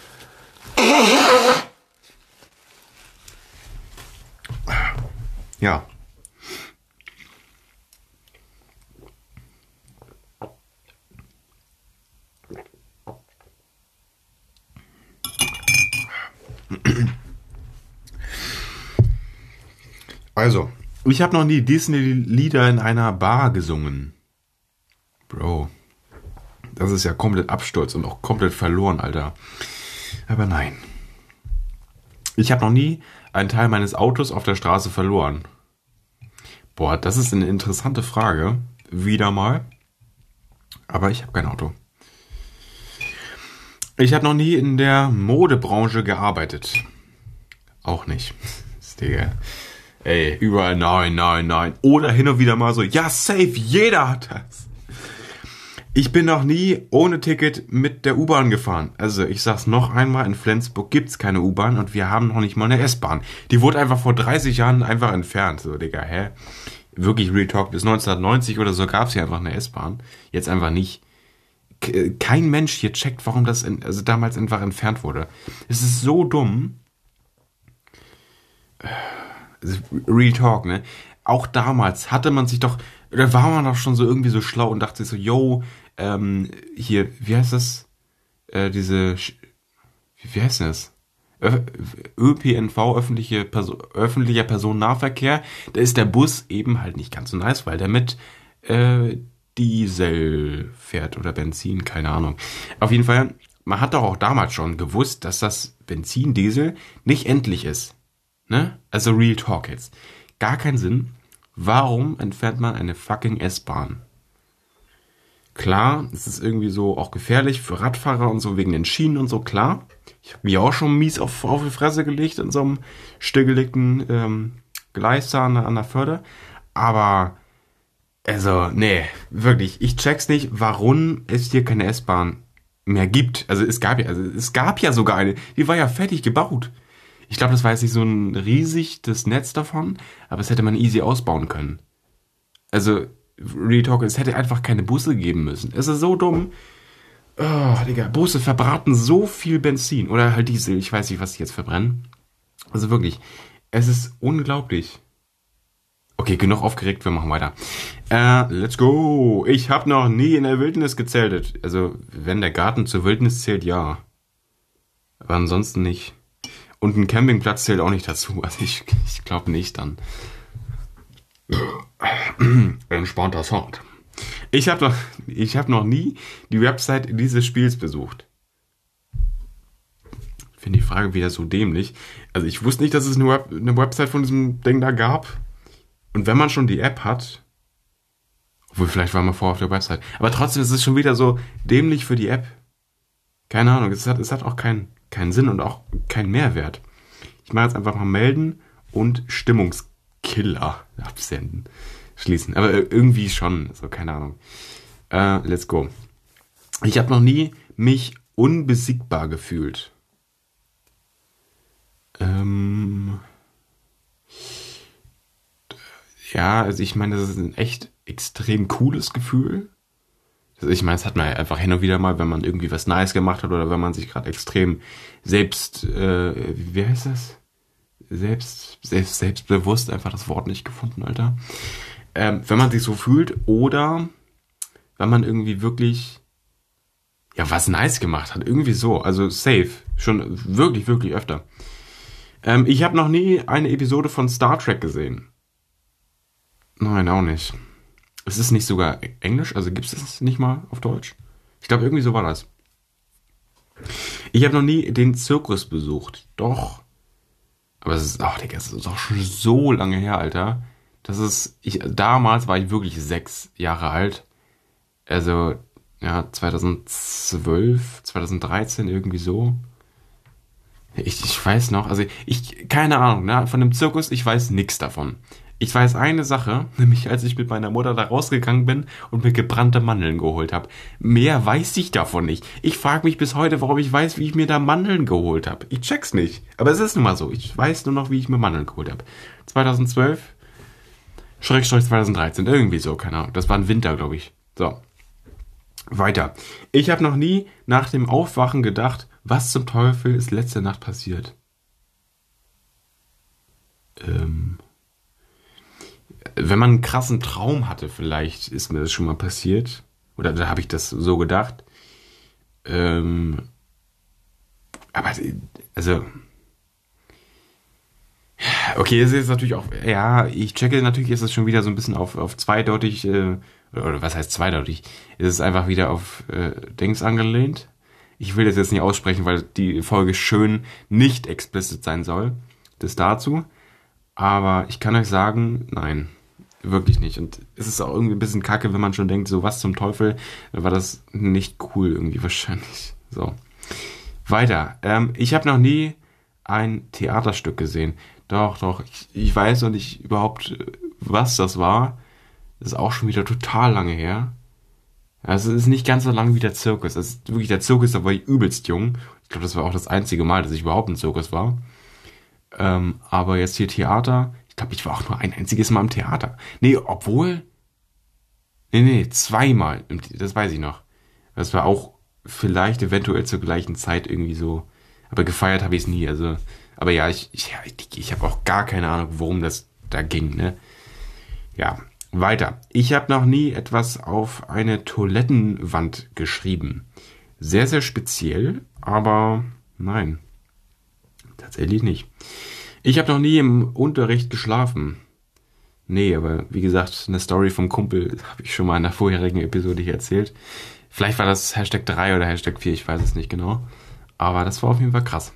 Ja. Also, ich habe noch nie Disney-Lieder in einer Bar gesungen. Bro, das ist ja komplett Absturz und auch komplett verloren, Alter. Aber nein. Ich habe noch nie einen Teil meines Autos auf der Straße verloren. Boah, das ist eine interessante Frage. Wieder mal. Aber ich habe kein Auto. Ich habe noch nie in der Modebranche gearbeitet. Auch nicht. Digga. Ey, überall nein, nein, nein. Oder hin und wieder mal so, ja, safe, jeder hat das. Ich bin noch nie ohne Ticket mit der U-Bahn gefahren. Also ich sag's noch einmal, in Flensburg gibt's keine U-Bahn und wir haben noch nicht mal eine S-Bahn. Die wurde einfach vor dreißig Jahren einfach entfernt. So, Digga, hä? Wirklich Real Talk, bis neunzehnhundertneunzig oder so gab's hier einfach eine S-Bahn. Jetzt einfach nicht. Kein Mensch hier checkt, warum das in, also damals einfach entfernt wurde. Es ist so dumm. Real Talk, ne? Auch damals hatte man sich doch, oder war man doch schon so irgendwie so schlau und dachte sich so, yo, ähm, hier, wie heißt das? Äh, diese, wie heißt das? Ö P N V, öffentliche Perso- öffentlicher Personennahverkehr, da ist der Bus eben halt nicht ganz so nice, weil der mit äh, Diesel fährt oder Benzin, keine Ahnung. Auf jeden Fall, man hat doch auch damals schon gewusst, dass das Benzin, Diesel nicht endlich ist. Ne? Also Real Talk jetzt. Gar keinen Sinn. Warum entfernt man eine fucking S-Bahn? Klar, es ist irgendwie so auch gefährlich für Radfahrer und so wegen den Schienen und so, klar. Ich habe mich auch schon mies auf, auf die Fresse gelegt in so einem stillgelegten ähm, Gleis da an, an der Förde. Aber, also, nee, wirklich, ich check's nicht, warum es hier keine S-Bahn mehr gibt. Also es gab ja, also es gab ja sogar eine, die war ja fertig gebaut. Ich glaube, das war jetzt nicht so ein riesig das Netz davon, aber es hätte man easy ausbauen können. Also, Real Talk, es hätte einfach keine Busse geben müssen. Es ist so dumm. Oh, Digga, Busse verbraten so viel Benzin. Oder halt Diesel, ich weiß nicht, was die jetzt verbrennen. Also wirklich, es ist unglaublich. Okay, genug aufgeregt, wir machen weiter. Äh, let's go. Ich habe noch nie in der Wildnis gezeltet. Also, wenn der Garten zur Wildnis zählt, ja. Aber ansonsten nicht. Und ein Campingplatz zählt auch nicht dazu. Also ich, ich glaube nicht dann. Entspannter Sound. Ich habe noch, ich hab noch nie die Website dieses Spiels besucht. Ich finde die Frage wieder so dämlich. Also ich wusste nicht, dass es eine, Web, eine Website von diesem Ding da gab. Und wenn man schon die App hat, obwohl vielleicht war man vorher auf der Website, aber trotzdem ist es schon wieder so dämlich für die App. Keine Ahnung, es hat, es hat auch keinen keinen Sinn und auch keinen Mehrwert. Ich mache jetzt einfach mal melden und Stimmungskiller absenden. Schließen. Aber irgendwie schon, so keine Ahnung. Uh, let's go. Ich habe noch nie mich unbesiegbar gefühlt. Ähm ja, also ich meine, das ist ein echt extrem cooles Gefühl. Also ich meine, das hat man ja einfach hin und wieder mal, wenn man irgendwie was Nice gemacht hat oder wenn man sich gerade extrem selbst, äh, wie heißt das? Selbst, selbst, selbstbewusst, einfach das Wort nicht gefunden, Alter. Ähm, wenn man sich so fühlt oder wenn man irgendwie wirklich, ja, was Nice gemacht hat, irgendwie so, also safe, schon wirklich, wirklich öfter. Ähm, ich habe noch nie eine Episode von Star Trek gesehen. Nein, auch nicht. Es ist nicht sogar Englisch, also gibt es es nicht mal auf Deutsch? Ich glaube, irgendwie so war das. Ich habe noch nie den Zirkus besucht. Doch, Aber es ist, ach, Digga, es ist auch schon so lange her, Alter. Das ist, ich, damals war ich wirklich sechs Jahre alt. Also, ja, zweitausendzwölf, zweitausenddreizehn, irgendwie so. Ich, ich weiß noch, also ich, keine Ahnung, ne, von dem Zirkus, ich weiß nichts davon. Ich weiß eine Sache, nämlich als ich mit meiner Mutter da rausgegangen bin und mir gebrannte Mandeln geholt habe. Mehr weiß ich davon nicht. Ich frage mich bis heute, warum ich weiß, wie ich mir da Mandeln geholt habe. Ich check's nicht. Aber es ist nun mal so. Ich weiß nur noch, wie ich mir Mandeln geholt habe. zweitausendzwölf, Schrägstrich zweitausenddreizehn, irgendwie so, keine Ahnung. Das war ein Winter, glaube ich. So, weiter. Ich habe noch nie nach dem Aufwachen gedacht, was zum Teufel ist letzte Nacht passiert? Ähm, wenn man einen krassen Traum hatte, vielleicht ist mir das schon mal passiert. Oder da habe ich das so gedacht. Ähm, aber, also, okay, es ist natürlich auch, ja, ich checke natürlich, ist es schon wieder so ein bisschen auf, auf zweideutig, äh, oder was heißt zweideutig? Ist es einfach wieder auf äh, Dings angelehnt? Ich will das jetzt nicht aussprechen, weil die Folge schön nicht explicit sein soll. Das dazu. Aber ich kann euch sagen, nein, wirklich nicht. Und es ist auch irgendwie ein bisschen kacke, wenn man schon denkt, so was zum Teufel, dann war das nicht cool irgendwie wahrscheinlich. So. Weiter. Ähm, ich habe noch nie ein Theaterstück gesehen. Doch, doch. Ich, ich weiß noch nicht überhaupt, äh, was das war. Das ist auch schon wieder total lange her. Also es ist nicht ganz so lang wie der Zirkus. Es ist wirklich der Zirkus, da war ich übelst jung. Ich glaube, das war auch das einzige Mal, dass ich überhaupt im Zirkus war. Ähm, aber jetzt hier Theater. Ich glaube, ich war auch nur ein einziges Mal im Theater. Nee, obwohl. Nee, nee, zweimal. Im, das weiß ich noch. Das war auch vielleicht eventuell zur gleichen Zeit irgendwie so. Aber gefeiert habe ich es nie. Also, aber ja, ich, ich, ich, ich habe auch gar keine Ahnung, worum das da ging, ne? Ja, weiter. Ich habe noch nie etwas auf eine Toilettenwand geschrieben. Sehr, sehr speziell, aber nein, tatsächlich nicht. Ich habe noch nie im Unterricht geschlafen. Nee, aber wie gesagt, eine Story vom Kumpel habe ich schon mal in der vorherigen Episode hier erzählt. Vielleicht war das Hashtag drei oder Hashtag vier, ich weiß es nicht genau. Aber das war auf jeden Fall krass.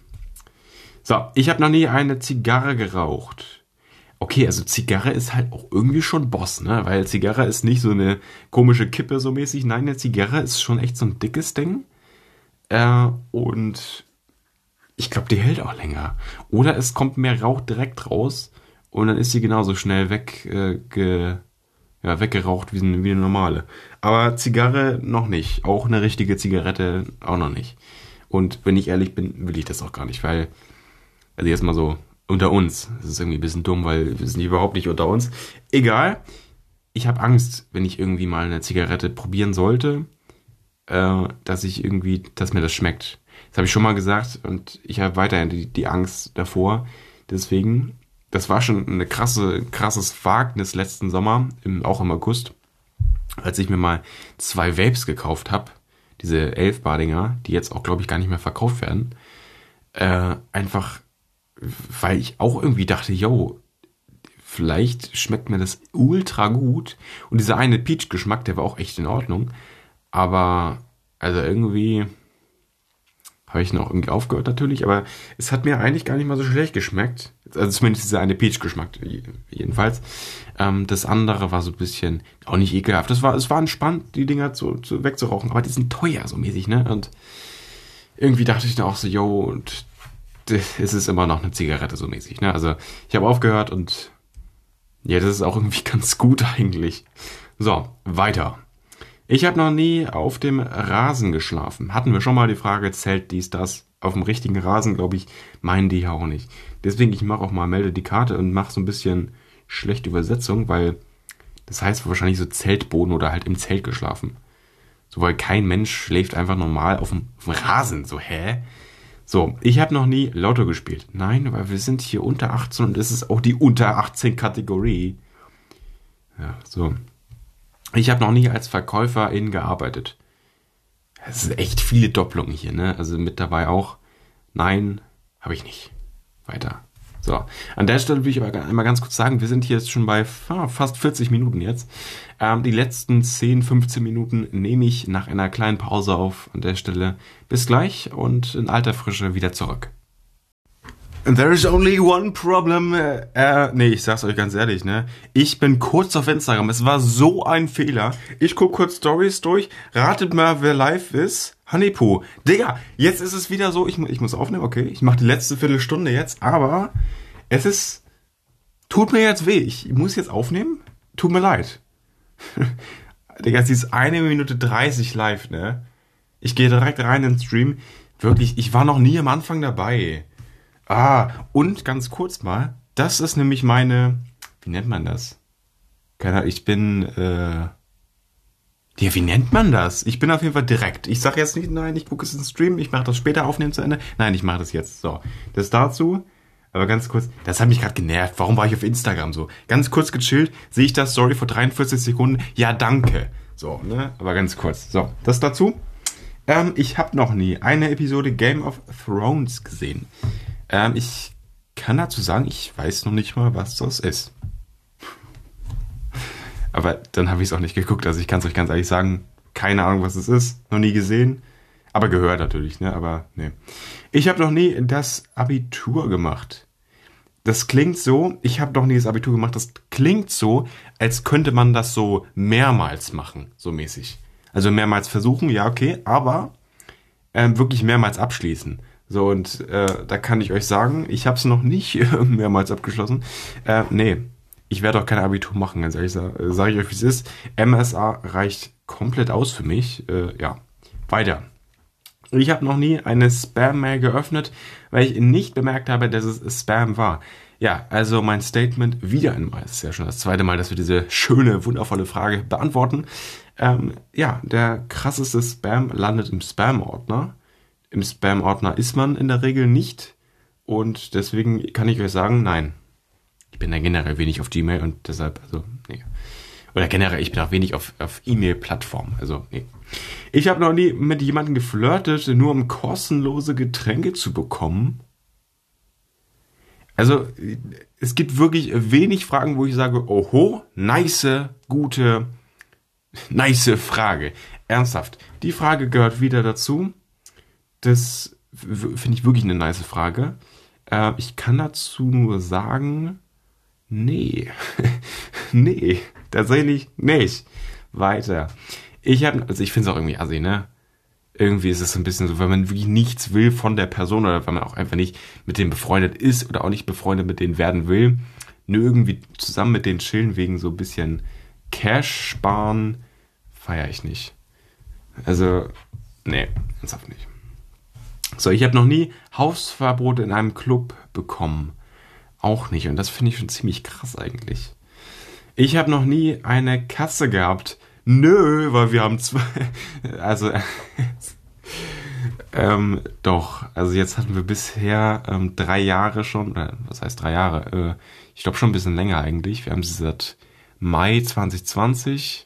So, ich habe noch nie eine Zigarre geraucht. Okay, also Zigarre ist halt auch irgendwie schon Boss, ne? Weil Zigarre ist nicht so eine komische Kippe so mäßig. Nein, eine Zigarre ist schon echt so ein dickes Ding. Äh, und ich glaube, die hält auch länger. Oder es kommt mehr Rauch direkt raus und dann ist sie genauso schnell weg, äh, ge, ja, weggeraucht wie eine, wie eine normale. Aber Zigarre noch nicht. Auch eine richtige Zigarette auch noch nicht. Und wenn ich ehrlich bin, will ich das auch gar nicht, weil, also jetzt mal so unter uns. Das ist irgendwie ein bisschen dumm, weil wir sind überhaupt nicht unter uns. Egal. Ich habe Angst, wenn ich irgendwie mal eine Zigarette probieren sollte, äh, dass ich irgendwie, dass mir das schmeckt. Das habe ich schon mal gesagt und ich habe weiterhin die, die Angst davor. Deswegen, das war schon eine krasse, krasses Wagnis letzten Sommer, im, auch im August, als ich mir mal zwei Vapes gekauft habe. Diese elf-Bar-Dinger, die jetzt auch, glaube ich, gar nicht mehr verkauft werden. Äh, einfach, weil ich auch irgendwie dachte, yo, vielleicht schmeckt mir das ultra gut. Und dieser eine Peach-Geschmack, der war auch echt in Ordnung. Aber, also irgendwie habe ich noch irgendwie aufgehört natürlich, aber es hat mir eigentlich gar nicht mal so schlecht geschmeckt. Also zumindest dieser eine Peach-Geschmack jedenfalls. Ähm, das andere war so ein bisschen, auch nicht ekelhaft. Das war, es war entspannt, die Dinger zu, zu wegzurauchen, aber die sind teuer so mäßig, ne? Und irgendwie dachte ich dann auch so, yo, und es ist immer noch eine Zigarette so mäßig, ne? Also ich habe aufgehört und ja, das ist auch irgendwie ganz gut eigentlich. So, weiter. Ich habe noch nie auf dem Rasen geschlafen. Hatten wir schon mal die Frage, zählt dies, das? Auf dem richtigen Rasen, glaube ich, meinen die ja auch nicht. Deswegen, ich mache auch mal, melde die Karte und mache so ein bisschen schlechte Übersetzung, weil das heißt wahrscheinlich so Zeltboden oder halt im Zelt geschlafen. So, weil kein Mensch schläft einfach normal auf dem, auf dem Rasen. So, hä? So, ich habe noch nie Lotto gespielt. Nein, weil wir sind hier unter achtzehn und es ist auch die unter achtzehn Kategorie. Ja, so. Ich habe noch nie als Verkäuferin gearbeitet. Es sind echt viele Doppelungen hier, ne? Also mit dabei auch. Nein, habe ich nicht. Weiter. So, an der Stelle will ich aber einmal ganz kurz sagen, wir sind hier jetzt schon bei ah, fast vierzig Minuten jetzt. Ähm, die letzten zehn, fünfzehn Minuten nehme ich nach einer kleinen Pause auf. An der Stelle bis gleich und in alter Frische wieder zurück. There is only one problem. Äh, äh, nee, ich sag's euch ganz ehrlich, ne? Ich bin kurz auf Instagram. Es war so ein Fehler. Ich guck kurz Stories durch. Ratet mal, wer live ist. Honeypoo. Digga, jetzt ist es wieder so, ich, ich muss aufnehmen, okay. Ich mache die letzte Viertelstunde jetzt, aber es ist... Tut mir jetzt weh. Ich muss jetzt aufnehmen. Tut mir leid. Digga, sie ist eine Minute dreißig live, ne? Ich gehe direkt rein in den Stream. Wirklich, ich war noch nie am Anfang dabei. Ah, und ganz kurz mal, das ist nämlich meine, wie nennt man das? Keine Ahnung, ich bin, äh, ja, wie nennt man das? Ich bin auf jeden Fall direkt. Ich sage jetzt nicht, nein, ich gucke es in den Stream, ich mache das später aufnehmen zu Ende. Nein, ich mache das jetzt. So, das dazu. Aber ganz kurz, das hat mich gerade genervt. Warum war ich auf Instagram so? Ganz kurz gechillt, sehe ich das, sorry, vor dreiundvierzig Sekunden. Ja, danke. So, ne? Aber ganz kurz. So, das dazu. Ähm, ich habe noch nie eine Episode Game of Thrones gesehen. Ähm, ich kann dazu sagen, ich weiß noch nicht mal, was das ist. Aber dann habe ich es auch nicht geguckt. Also ich kann es euch ganz ehrlich sagen, keine Ahnung, was es ist. Noch nie gesehen. Aber gehört natürlich, ne? Aber nee. Ich habe noch nie das Abitur gemacht. Das klingt so, ich habe noch nie das Abitur gemacht, das klingt so, als könnte man das so mehrmals machen, so mäßig. Also mehrmals versuchen, ja okay, aber ähm, wirklich mehrmals abschließen. So, und äh, da kann ich euch sagen, ich habe es noch nicht mehrmals abgeschlossen. Äh, nee, ich werde auch kein Abitur machen, ganz ehrlich, sage sag ich euch, wie es ist. M S A reicht komplett aus für mich. Äh, ja, weiter. Ich habe noch nie eine Spam-Mail geöffnet, weil ich nicht bemerkt habe, dass es Spam war. Ja, also mein Statement wieder einmal. Es ist ja schon das zweite Mal, dass wir diese schöne, wundervolle Frage beantworten. Ähm, ja, der krasseste Spam landet im Spam-Ordner. Im Spam-Ordner ist man in der Regel nicht. Und deswegen kann ich euch sagen, nein. Ich bin da generell wenig auf Gmail und deshalb, also, nee. Oder generell, ich bin auch wenig auf, auf E-Mail-Plattformen. Also, nee. Ich habe noch nie mit jemandem geflirtet, nur um kostenlose Getränke zu bekommen. Also, es gibt wirklich wenig Fragen, wo ich sage, oho, nice, gute, nice Frage. Ernsthaft. Die Frage gehört wieder dazu. Das finde ich wirklich eine nice Frage. Äh, ich kann dazu nur sagen, nee. nee, tatsächlich nicht. Weiter. Ich habe, also ich finde es auch irgendwie assi, ne? Irgendwie ist es so ein bisschen so, wenn man wirklich nichts will von der Person oder wenn man auch einfach nicht mit denen befreundet ist oder auch nicht befreundet mit denen werden will, nur irgendwie zusammen mit denen chillen wegen so ein bisschen Cash sparen, feiere ich nicht. Also, nee, ernsthaft nicht. So, ich habe noch nie Hausverbot in einem Club bekommen. Auch nicht. Und das finde ich schon ziemlich krass eigentlich. Ich habe noch nie eine Katze gehabt. Nö, weil wir haben zwei. Also, ähm, doch. Also jetzt hatten wir bisher ähm, drei Jahre schon. Oder was heißt drei Jahre? Äh, ich glaube schon ein bisschen länger eigentlich. Wir haben sie seit Mai zwanzig zwanzig.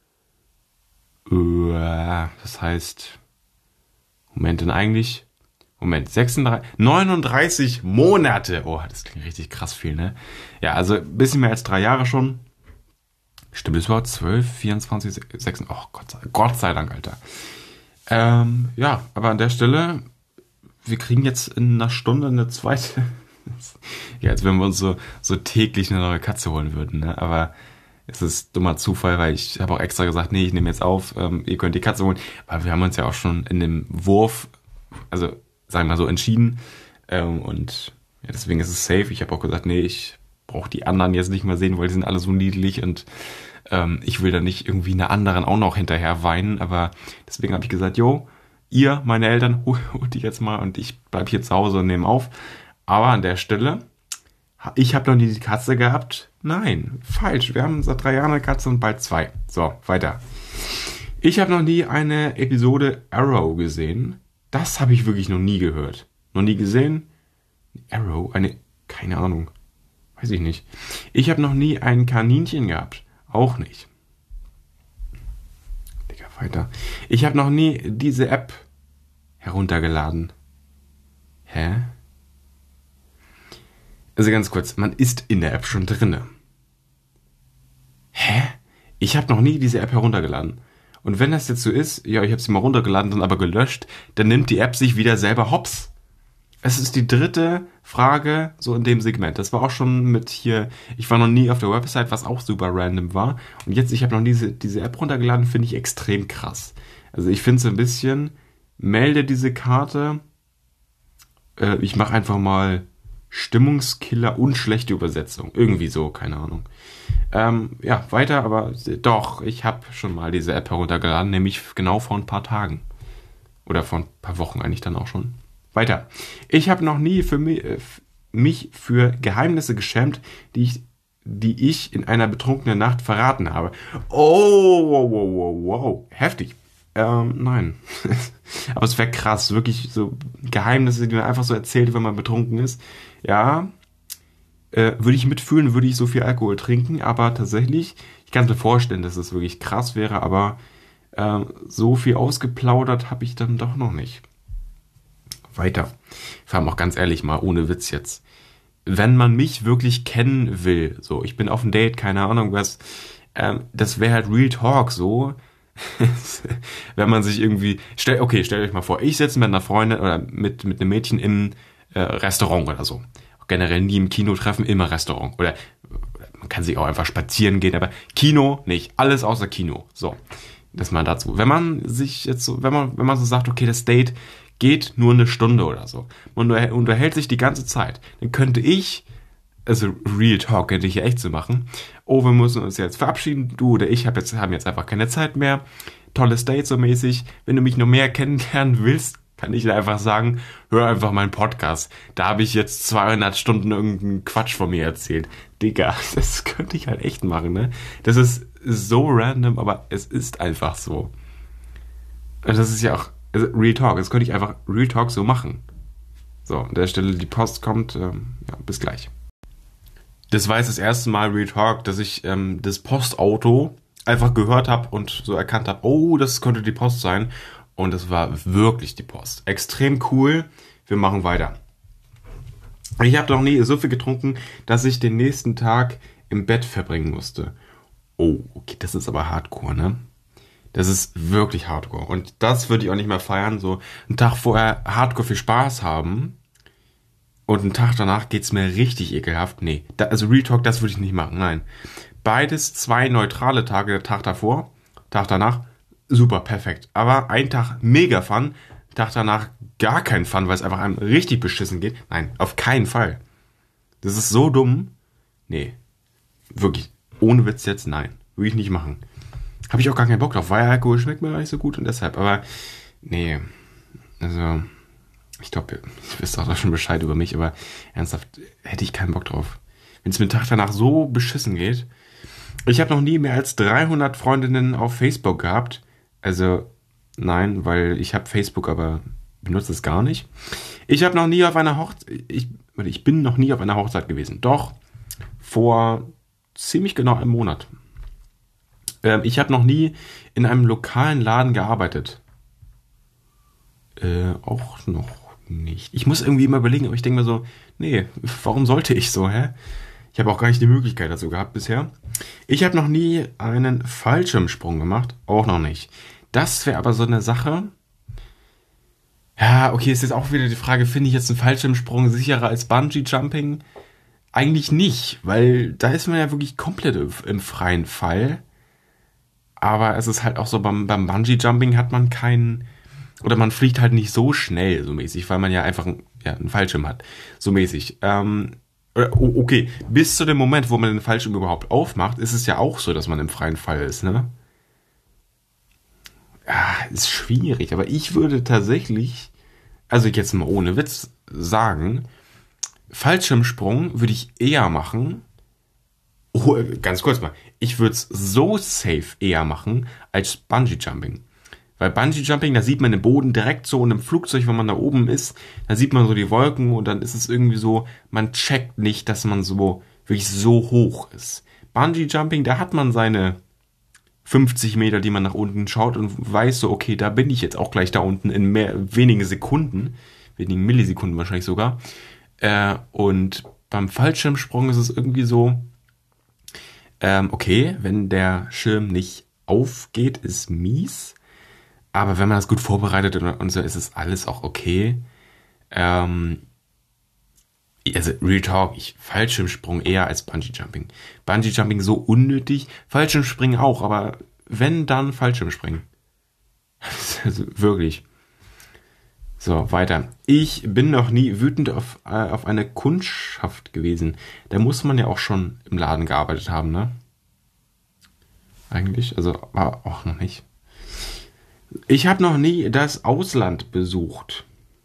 Äh, das heißt. Moment, denn eigentlich. Moment, sechsunddreißig, neununddreißig Monate. Oh, das klingt richtig krass viel, ne? Ja, also ein bisschen mehr als drei Jahre schon. Stimmt, es war zwölf, vierundzwanzig, sechsundzwanzig. Oh, Gott sei, Gott sei Dank, Alter. Ähm, ja, aber an der Stelle, wir kriegen jetzt in einer Stunde eine zweite. Ja, als wenn wir uns so, so täglich eine neue Katze holen würden, ne? Aber es ist dummer Zufall, weil ich habe auch extra gesagt, nee, ich nehme jetzt auf, ähm, ihr könnt die Katze holen. Weil wir haben uns ja auch schon in dem Wurf, also sagen wir mal so, entschieden. Ähm, und ja, deswegen ist es safe. Ich habe auch gesagt, nee, ich brauche die anderen jetzt nicht mehr sehen, weil die sind alle so niedlich und ähm, ich will da nicht irgendwie eine anderen auch noch hinterher weinen. Aber deswegen habe ich gesagt, jo, ihr, meine Eltern, holt die jetzt mal und ich bleib hier zu Hause und nehme auf. Aber an der Stelle, ich habe noch nie die Katze gehabt. Nein, falsch. Wir haben seit drei Jahren eine Katze und bald zwei. So, weiter. Ich habe noch nie eine Episode Arrow gesehen. Das habe ich wirklich noch nie gehört. Noch nie gesehen? Arrow? Eine, keine Ahnung. Weiß ich nicht. Ich habe noch nie ein Kaninchen gehabt. Auch nicht. Digga, weiter. Ich habe noch nie diese App heruntergeladen. Hä? Also ganz kurz, man ist in der App schon drinne. Hä? Ich habe noch nie diese App heruntergeladen. Und wenn das jetzt so ist, ja, ich habe sie mal runtergeladen, dann aber gelöscht, dann nimmt die App sich wieder selber hops. Es ist die dritte Frage so in dem Segment. Das war auch schon mit hier, ich war noch nie auf der Website, was auch super random war. Und jetzt, ich habe noch diese, diese App runtergeladen, finde ich extrem krass. Also ich finde es ein bisschen, melde diese Karte, äh, ich mache einfach mal Stimmungskiller und schlechte Übersetzung. Irgendwie so, keine Ahnung. Ähm, ja, weiter, aber doch, ich habe schon mal diese App heruntergeladen, nämlich genau vor ein paar Tagen. Oder vor ein paar Wochen eigentlich dann auch schon. Weiter. Ich habe noch nie für mich, äh, mich für Geheimnisse geschämt, die ich, die ich in einer betrunkenen Nacht verraten habe. Oh, wow, wow, wow, wow. Heftig. Ähm, nein. Aber es wäre krass, wirklich so Geheimnisse, die man einfach so erzählt, wenn man betrunken ist. Ja, äh, würde ich mitfühlen, würde ich so viel Alkohol trinken, aber tatsächlich, ich kann mir vorstellen, dass es wirklich krass wäre, aber äh, so viel ausgeplaudert habe ich dann doch noch nicht. Weiter. Vor allem auch ganz ehrlich mal, ohne Witz jetzt. Wenn man mich wirklich kennen will, so, ich bin auf einem Date, keine Ahnung was, ähm, das wäre halt Real Talk so, wenn man sich irgendwie, stell, okay, stellt euch mal vor, ich sitze mit einer Freundin oder mit, mit einem Mädchen im äh, Restaurant oder so. Generell nie im Kino treffen, immer Restaurant. Oder man kann sich auch einfach spazieren gehen, aber Kino nicht, alles außer Kino. So, das mal dazu. Wenn man sich jetzt so, wenn man, wenn man so sagt, okay, das Date geht nur eine Stunde oder so, man unterhält sich die ganze Zeit, dann könnte ich, also Real Talk könnte ich ja echt so machen, oh, wir müssen uns jetzt verabschieden, du oder ich hab jetzt, haben jetzt einfach keine Zeit mehr, tolles Date so mäßig, wenn du mich noch mehr kennenlernen willst, kann ich dir einfach sagen, hör einfach meinen Podcast, da habe ich jetzt zweihundert Stunden irgendeinen Quatsch von mir erzählt. Digga, das könnte ich halt echt machen, ne? Das ist so random, aber es ist einfach so. Und das ist ja auch, also Real Talk, das könnte ich einfach Real Talk so machen. So, an der Stelle die Post kommt, ähm, ja, bis gleich. Das war jetzt das erste Mal Real Talk, dass ich ähm, das Postauto einfach gehört habe und so erkannt habe, oh, das könnte die Post sein. Und es war wirklich die Post. Extrem cool. Wir machen weiter. Ich habe noch nie so viel getrunken, dass ich den nächsten Tag im Bett verbringen musste. Oh, okay, das ist aber Hardcore, ne? Das ist wirklich Hardcore. Und das würde ich auch nicht mehr feiern. So einen Tag vorher Hardcore viel Spaß haben und einen Tag danach geht's mir richtig ekelhaft. Nee, da, also Real Talk, das würde ich nicht machen. Nein. Beides zwei neutrale Tage. Der Tag davor, Tag danach, super, perfekt. Aber ein Tag mega Fun, Tag danach gar kein Fun, weil es einfach einem richtig beschissen geht. Nein, auf keinen Fall. Das ist so dumm. Nee, wirklich. Ohne Witz jetzt, nein. Würde ich nicht machen. Habe ich auch gar keinen Bock drauf, weil Alkohol schmeckt mir gar nicht so gut und deshalb. Aber nee, also ich glaube, ich wisst auch schon Bescheid über mich, aber ernsthaft hätte ich keinen Bock drauf. Wenn es mir den Tag danach so beschissen geht. Ich habe noch nie mehr als dreihundert Freundinnen auf Facebook gehabt. Also nein, weil ich habe Facebook, aber benutze es gar nicht. Ich habe noch nie auf einer Hochzeit, ich, ich bin noch nie auf einer Hochzeit gewesen. Doch, vor ziemlich genau einem Monat. Ähm, ich habe noch nie in einem lokalen Laden gearbeitet. Äh, auch noch nicht. Ich muss irgendwie immer überlegen, aber ich denke mir so, nee, warum sollte ich so, hä? Ich habe auch gar nicht die Möglichkeit dazu gehabt bisher. Ich habe noch nie einen Fallschirmsprung gemacht. Auch noch nicht. Das wäre aber so eine Sache. Ja, okay, ist jetzt auch wieder die Frage, finde ich jetzt einen Fallschirmsprung sicherer als Bungee-Jumping? Eigentlich nicht, weil da ist man ja wirklich komplett im freien Fall. Aber es ist halt auch so, beim, beim Bungee-Jumping hat man keinen, oder man fliegt halt nicht so schnell, so mäßig, weil man ja einfach einen, ja, einen Fallschirm hat, so mäßig. Ähm, okay, bis zu dem Moment, wo man den Fallschirm überhaupt aufmacht, ist es ja auch so, dass man im freien Fall ist, ne? Ja, ist schwierig, aber ich würde tatsächlich, also jetzt mal ohne Witz sagen, Fallschirmsprung würde ich eher machen. Oh, ganz kurz mal. Ich würde es so safe eher machen als Bungee-Jumping. Weil Bungee-Jumping, da sieht man den Boden direkt so in einem Flugzeug, wenn man da oben ist. Da sieht man so die Wolken und dann ist es irgendwie so, man checkt nicht, dass man so wirklich so hoch ist. Bungee-Jumping, da hat man seine fünfzig Meter, die man nach unten schaut und weiß so, okay, da bin ich jetzt auch gleich da unten in mehr, wenigen Sekunden, wenigen Millisekunden wahrscheinlich sogar. Äh, und beim Fallschirmsprung ist es irgendwie so, ähm, okay, wenn der Schirm nicht aufgeht, ist mies. Aber wenn man das gut vorbereitet und, und so, ist es alles auch okay. Ähm, Also Real Talk, ich Fallschirmsprung eher als Bungee-Jumping. Bungee-Jumping so unnötig, Fallschirmspringen auch, aber wenn, dann Fallschirmspringen. Also wirklich. So, weiter. Ich bin noch nie wütend auf, äh, auf eine Kundschaft gewesen. Da muss man ja auch schon im Laden gearbeitet haben, ne? Eigentlich, also war auch noch nicht. Ich habe noch nie das Ausland besucht.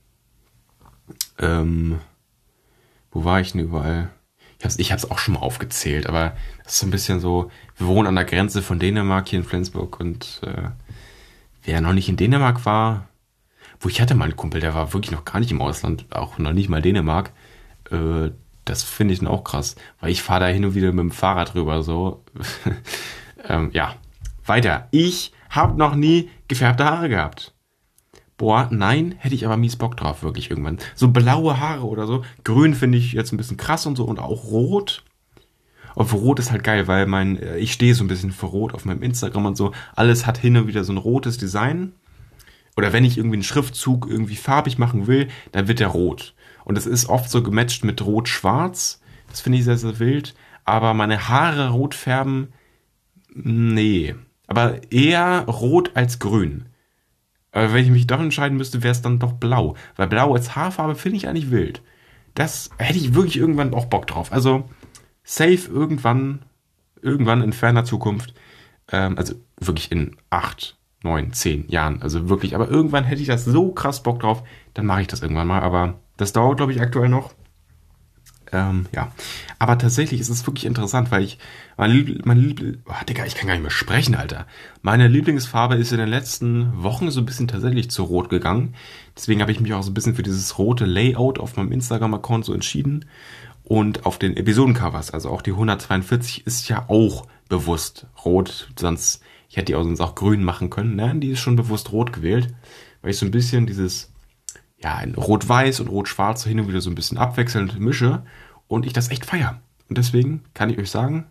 Ähm, wo war ich denn überall? Ich hab's, ich hab's auch schon mal aufgezählt, aber das ist so ein bisschen so, wir wohnen an der Grenze von Dänemark hier in Flensburg und äh, wer noch nicht in Dänemark war, wo ich hatte mal einen Kumpel, der war wirklich noch gar nicht im Ausland, auch noch nicht mal Dänemark, äh, das finde ich dann auch krass, weil ich fahre da hin und wieder mit dem Fahrrad rüber, so. ähm, ja, weiter. Ich habe noch nie gefärbte Haare gehabt. Boah, nein, hätte ich aber mies Bock drauf, wirklich irgendwann. So blaue Haare oder so. Grün finde ich jetzt ein bisschen krass und so und auch rot. Und für Rot ist halt geil, weil mein, ich stehe so ein bisschen für Rot auf meinem Instagram und so. Alles hat hin und wieder so ein rotes Design. Oder wenn ich irgendwie einen Schriftzug irgendwie farbig machen will, dann wird der rot. Und es ist oft so gematcht mit rot-schwarz. Das finde ich sehr, sehr wild. Aber meine Haare rot färben, nee. Aber eher rot als grün. Aber wenn ich mich doch entscheiden müsste, wäre es dann doch blau. Weil blau als Haarfarbe finde ich eigentlich wild. Das hätte ich wirklich irgendwann auch Bock drauf. Also safe irgendwann, irgendwann in ferner Zukunft, ähm, also wirklich in acht, neun, zehn Jahren, also wirklich, aber irgendwann hätte ich das so krass Bock drauf, dann mache ich das irgendwann mal, aber das dauert, glaube ich, aktuell noch. Ähm, ja, aber tatsächlich ist es wirklich interessant, weil ich, meine Liebl- meine Liebl- oh, Digga, ich kann gar nicht mehr sprechen, Alter. Meine Lieblingsfarbe ist in den letzten Wochen so ein bisschen tatsächlich zu rot gegangen. Deswegen habe ich mich auch so ein bisschen für dieses rote Layout auf meinem Instagram-Account so entschieden. Und auf den Episodencovers, also auch die hundertzweiundvierzig ist ja auch bewusst rot, sonst, ich hätte die auch sonst auch grün machen können. Nein, die ist schon bewusst rot gewählt, weil ich so ein bisschen dieses, ja, ein Rot-Weiß und Rot-Schwarz so hin und wieder so ein bisschen abwechselnd mische und ich das echt feiere. Und deswegen kann ich euch sagen,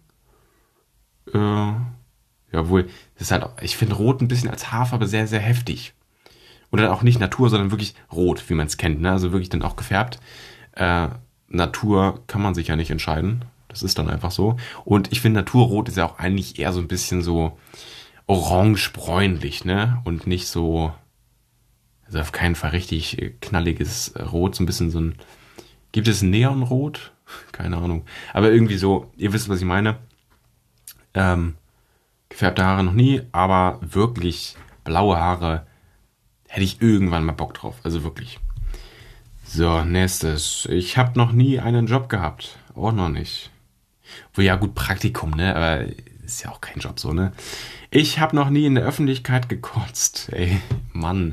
äh, jawohl, das ist halt, ich finde Rot ein bisschen als Haarfarbe sehr, sehr heftig. Und dann auch nicht Natur, sondern wirklich rot, wie man es kennt, ne? Also wirklich dann auch gefärbt. Äh, Natur kann man sich ja nicht entscheiden. Das ist dann einfach so. Und ich finde, Naturrot ist ja auch eigentlich eher so ein bisschen so orange-bräunlich, ne? Und nicht so, also auf keinen Fall richtig knalliges Rot. So ein bisschen so ein, gibt es Neonrot? Keine Ahnung. Aber irgendwie so, ihr wisst, was ich meine. Ähm, gefärbte Haare noch nie, aber wirklich blaue Haare hätte ich irgendwann mal Bock drauf. Also wirklich. So, nächstes. Ich habe noch nie einen Job gehabt. Auch noch nicht. Wo ja gut, Praktikum, ne? Aber ist ja auch kein Job so, ne? Ich habe noch nie in der Öffentlichkeit gekotzt. Ey, Mann.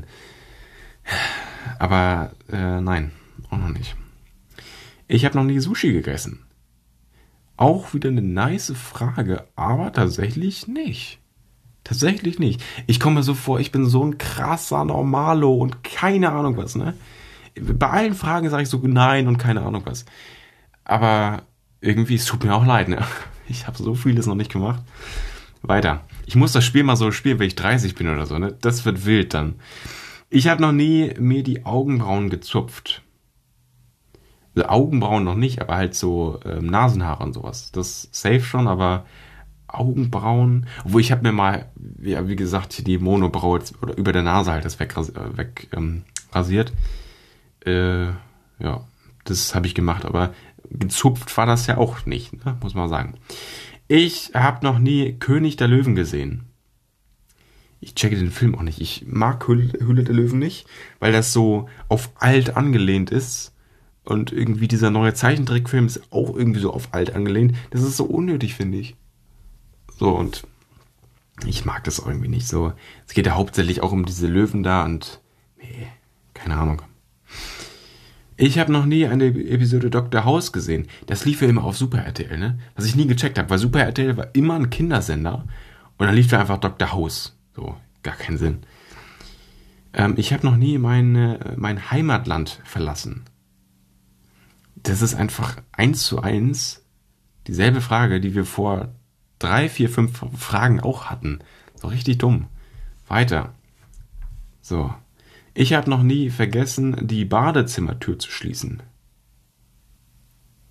Aber äh, nein, auch noch nicht. Ich habe noch nie Sushi gegessen. Auch wieder eine nice Frage, aber tatsächlich nicht. Tatsächlich nicht. Ich komme mir so vor, ich bin so ein krasser Normalo und keine Ahnung was, ne? Bei allen Fragen sage ich so nein und keine Ahnung was. Aber irgendwie, es tut mir auch leid, ne? Ich habe so vieles noch nicht gemacht. Weiter. Ich muss das Spiel mal so spielen, wenn ich dreißig bin oder so, ne? Das wird wild dann. Ich habe noch nie mir die Augenbrauen gezupft. Also Augenbrauen noch nicht, aber halt so ähm, Nasenhaare und sowas. Das safe schon, aber Augenbrauen. Obwohl ich habe mir mal, ja, wie gesagt, die Monobraue oder über der Nase halt das weg, weg ähm, rasiert. Äh, ja, das habe ich gemacht, aber gezupft war das ja auch nicht, ne? Muss man sagen. Ich habe noch nie König der Löwen gesehen. Ich checke den Film auch nicht. Ich mag Hülle, Hülle der Löwen nicht, weil das so auf alt angelehnt ist. Und irgendwie dieser neue Zeichentrickfilm ist auch irgendwie so auf alt angelehnt. Das ist so unnötig, finde ich. So, und ich mag das auch irgendwie nicht so. Es geht ja hauptsächlich auch um diese Löwen da und nee, keine Ahnung. Ich habe noch nie eine Episode Doktor House gesehen. Das lief ja immer auf Super R T L, ne? Was ich nie gecheckt habe, weil Super R T L war immer ein Kindersender und dann lief da einfach Doktor House. So, gar keinen Sinn. Ähm, ich habe noch nie meine, mein Heimatland verlassen. Das ist einfach eins zu eins dieselbe Frage, die wir vor drei, vier, fünf Fragen auch hatten. So richtig dumm. Weiter. So. Ich habe noch nie vergessen, die Badezimmertür zu schließen.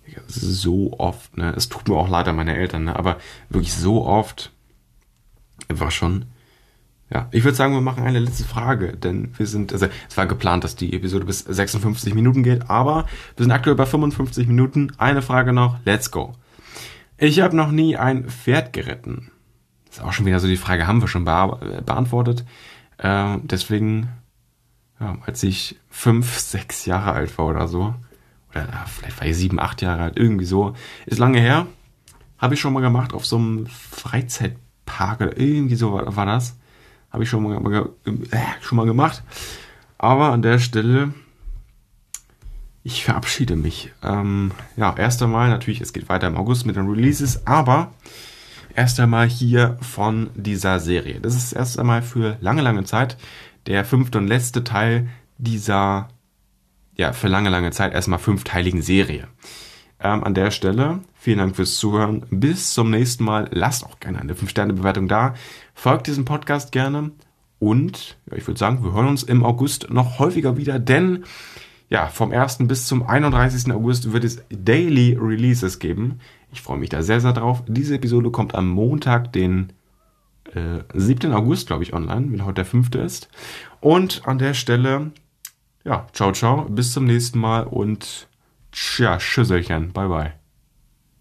so oft, ne, es tut mir auch leid an meine Eltern, ne, aber wirklich so oft war schon, ja, ich würde sagen, wir machen eine letzte Frage, denn wir sind, also es war geplant, dass die Episode bis sechsundfünfzig Minuten geht, aber wir sind aktuell bei fünfundfünfzig Minuten, eine Frage noch, let's go. Ich habe noch nie ein Pferd geritten. Das ist auch schon wieder so die Frage, haben wir schon be- beantwortet, äh, deswegen, ja, als ich fünf, sechs Jahre alt war oder so, oder na, vielleicht war ich sieben, acht Jahre alt, irgendwie so, ist lange her, habe ich schon mal gemacht auf so einem Freizeitpark oder irgendwie so war, war das, habe ich schon mal, mal, äh, schon mal gemacht, aber an der Stelle, ich verabschiede mich. Ähm, ja, erst einmal natürlich, es geht weiter im August mit den Releases, aber erst einmal hier von dieser Serie. Das ist erst einmal für lange, lange Zeit der fünfte und letzte Teil dieser, ja, für lange, lange Zeit erstmal fünfteiligen Serie. Ähm, an der Stelle, vielen Dank fürs Zuhören. Bis zum nächsten Mal. Lasst auch gerne eine fünf Sterne Bewertung da. Folgt diesem Podcast gerne. Und ja, ich würde sagen, wir hören uns im August noch häufiger wieder, denn ja, vom ersten bis zum einunddreißigsten August wird es Daily Releases geben. Ich freue mich da sehr, sehr drauf. Diese Episode kommt am Montag, den äh, siebten August, glaube ich, online, wenn heute der fünfte ist. Und an der Stelle, ja, ciao, ciao, bis zum nächsten Mal und tja, Tschüsselchen, bye, bye.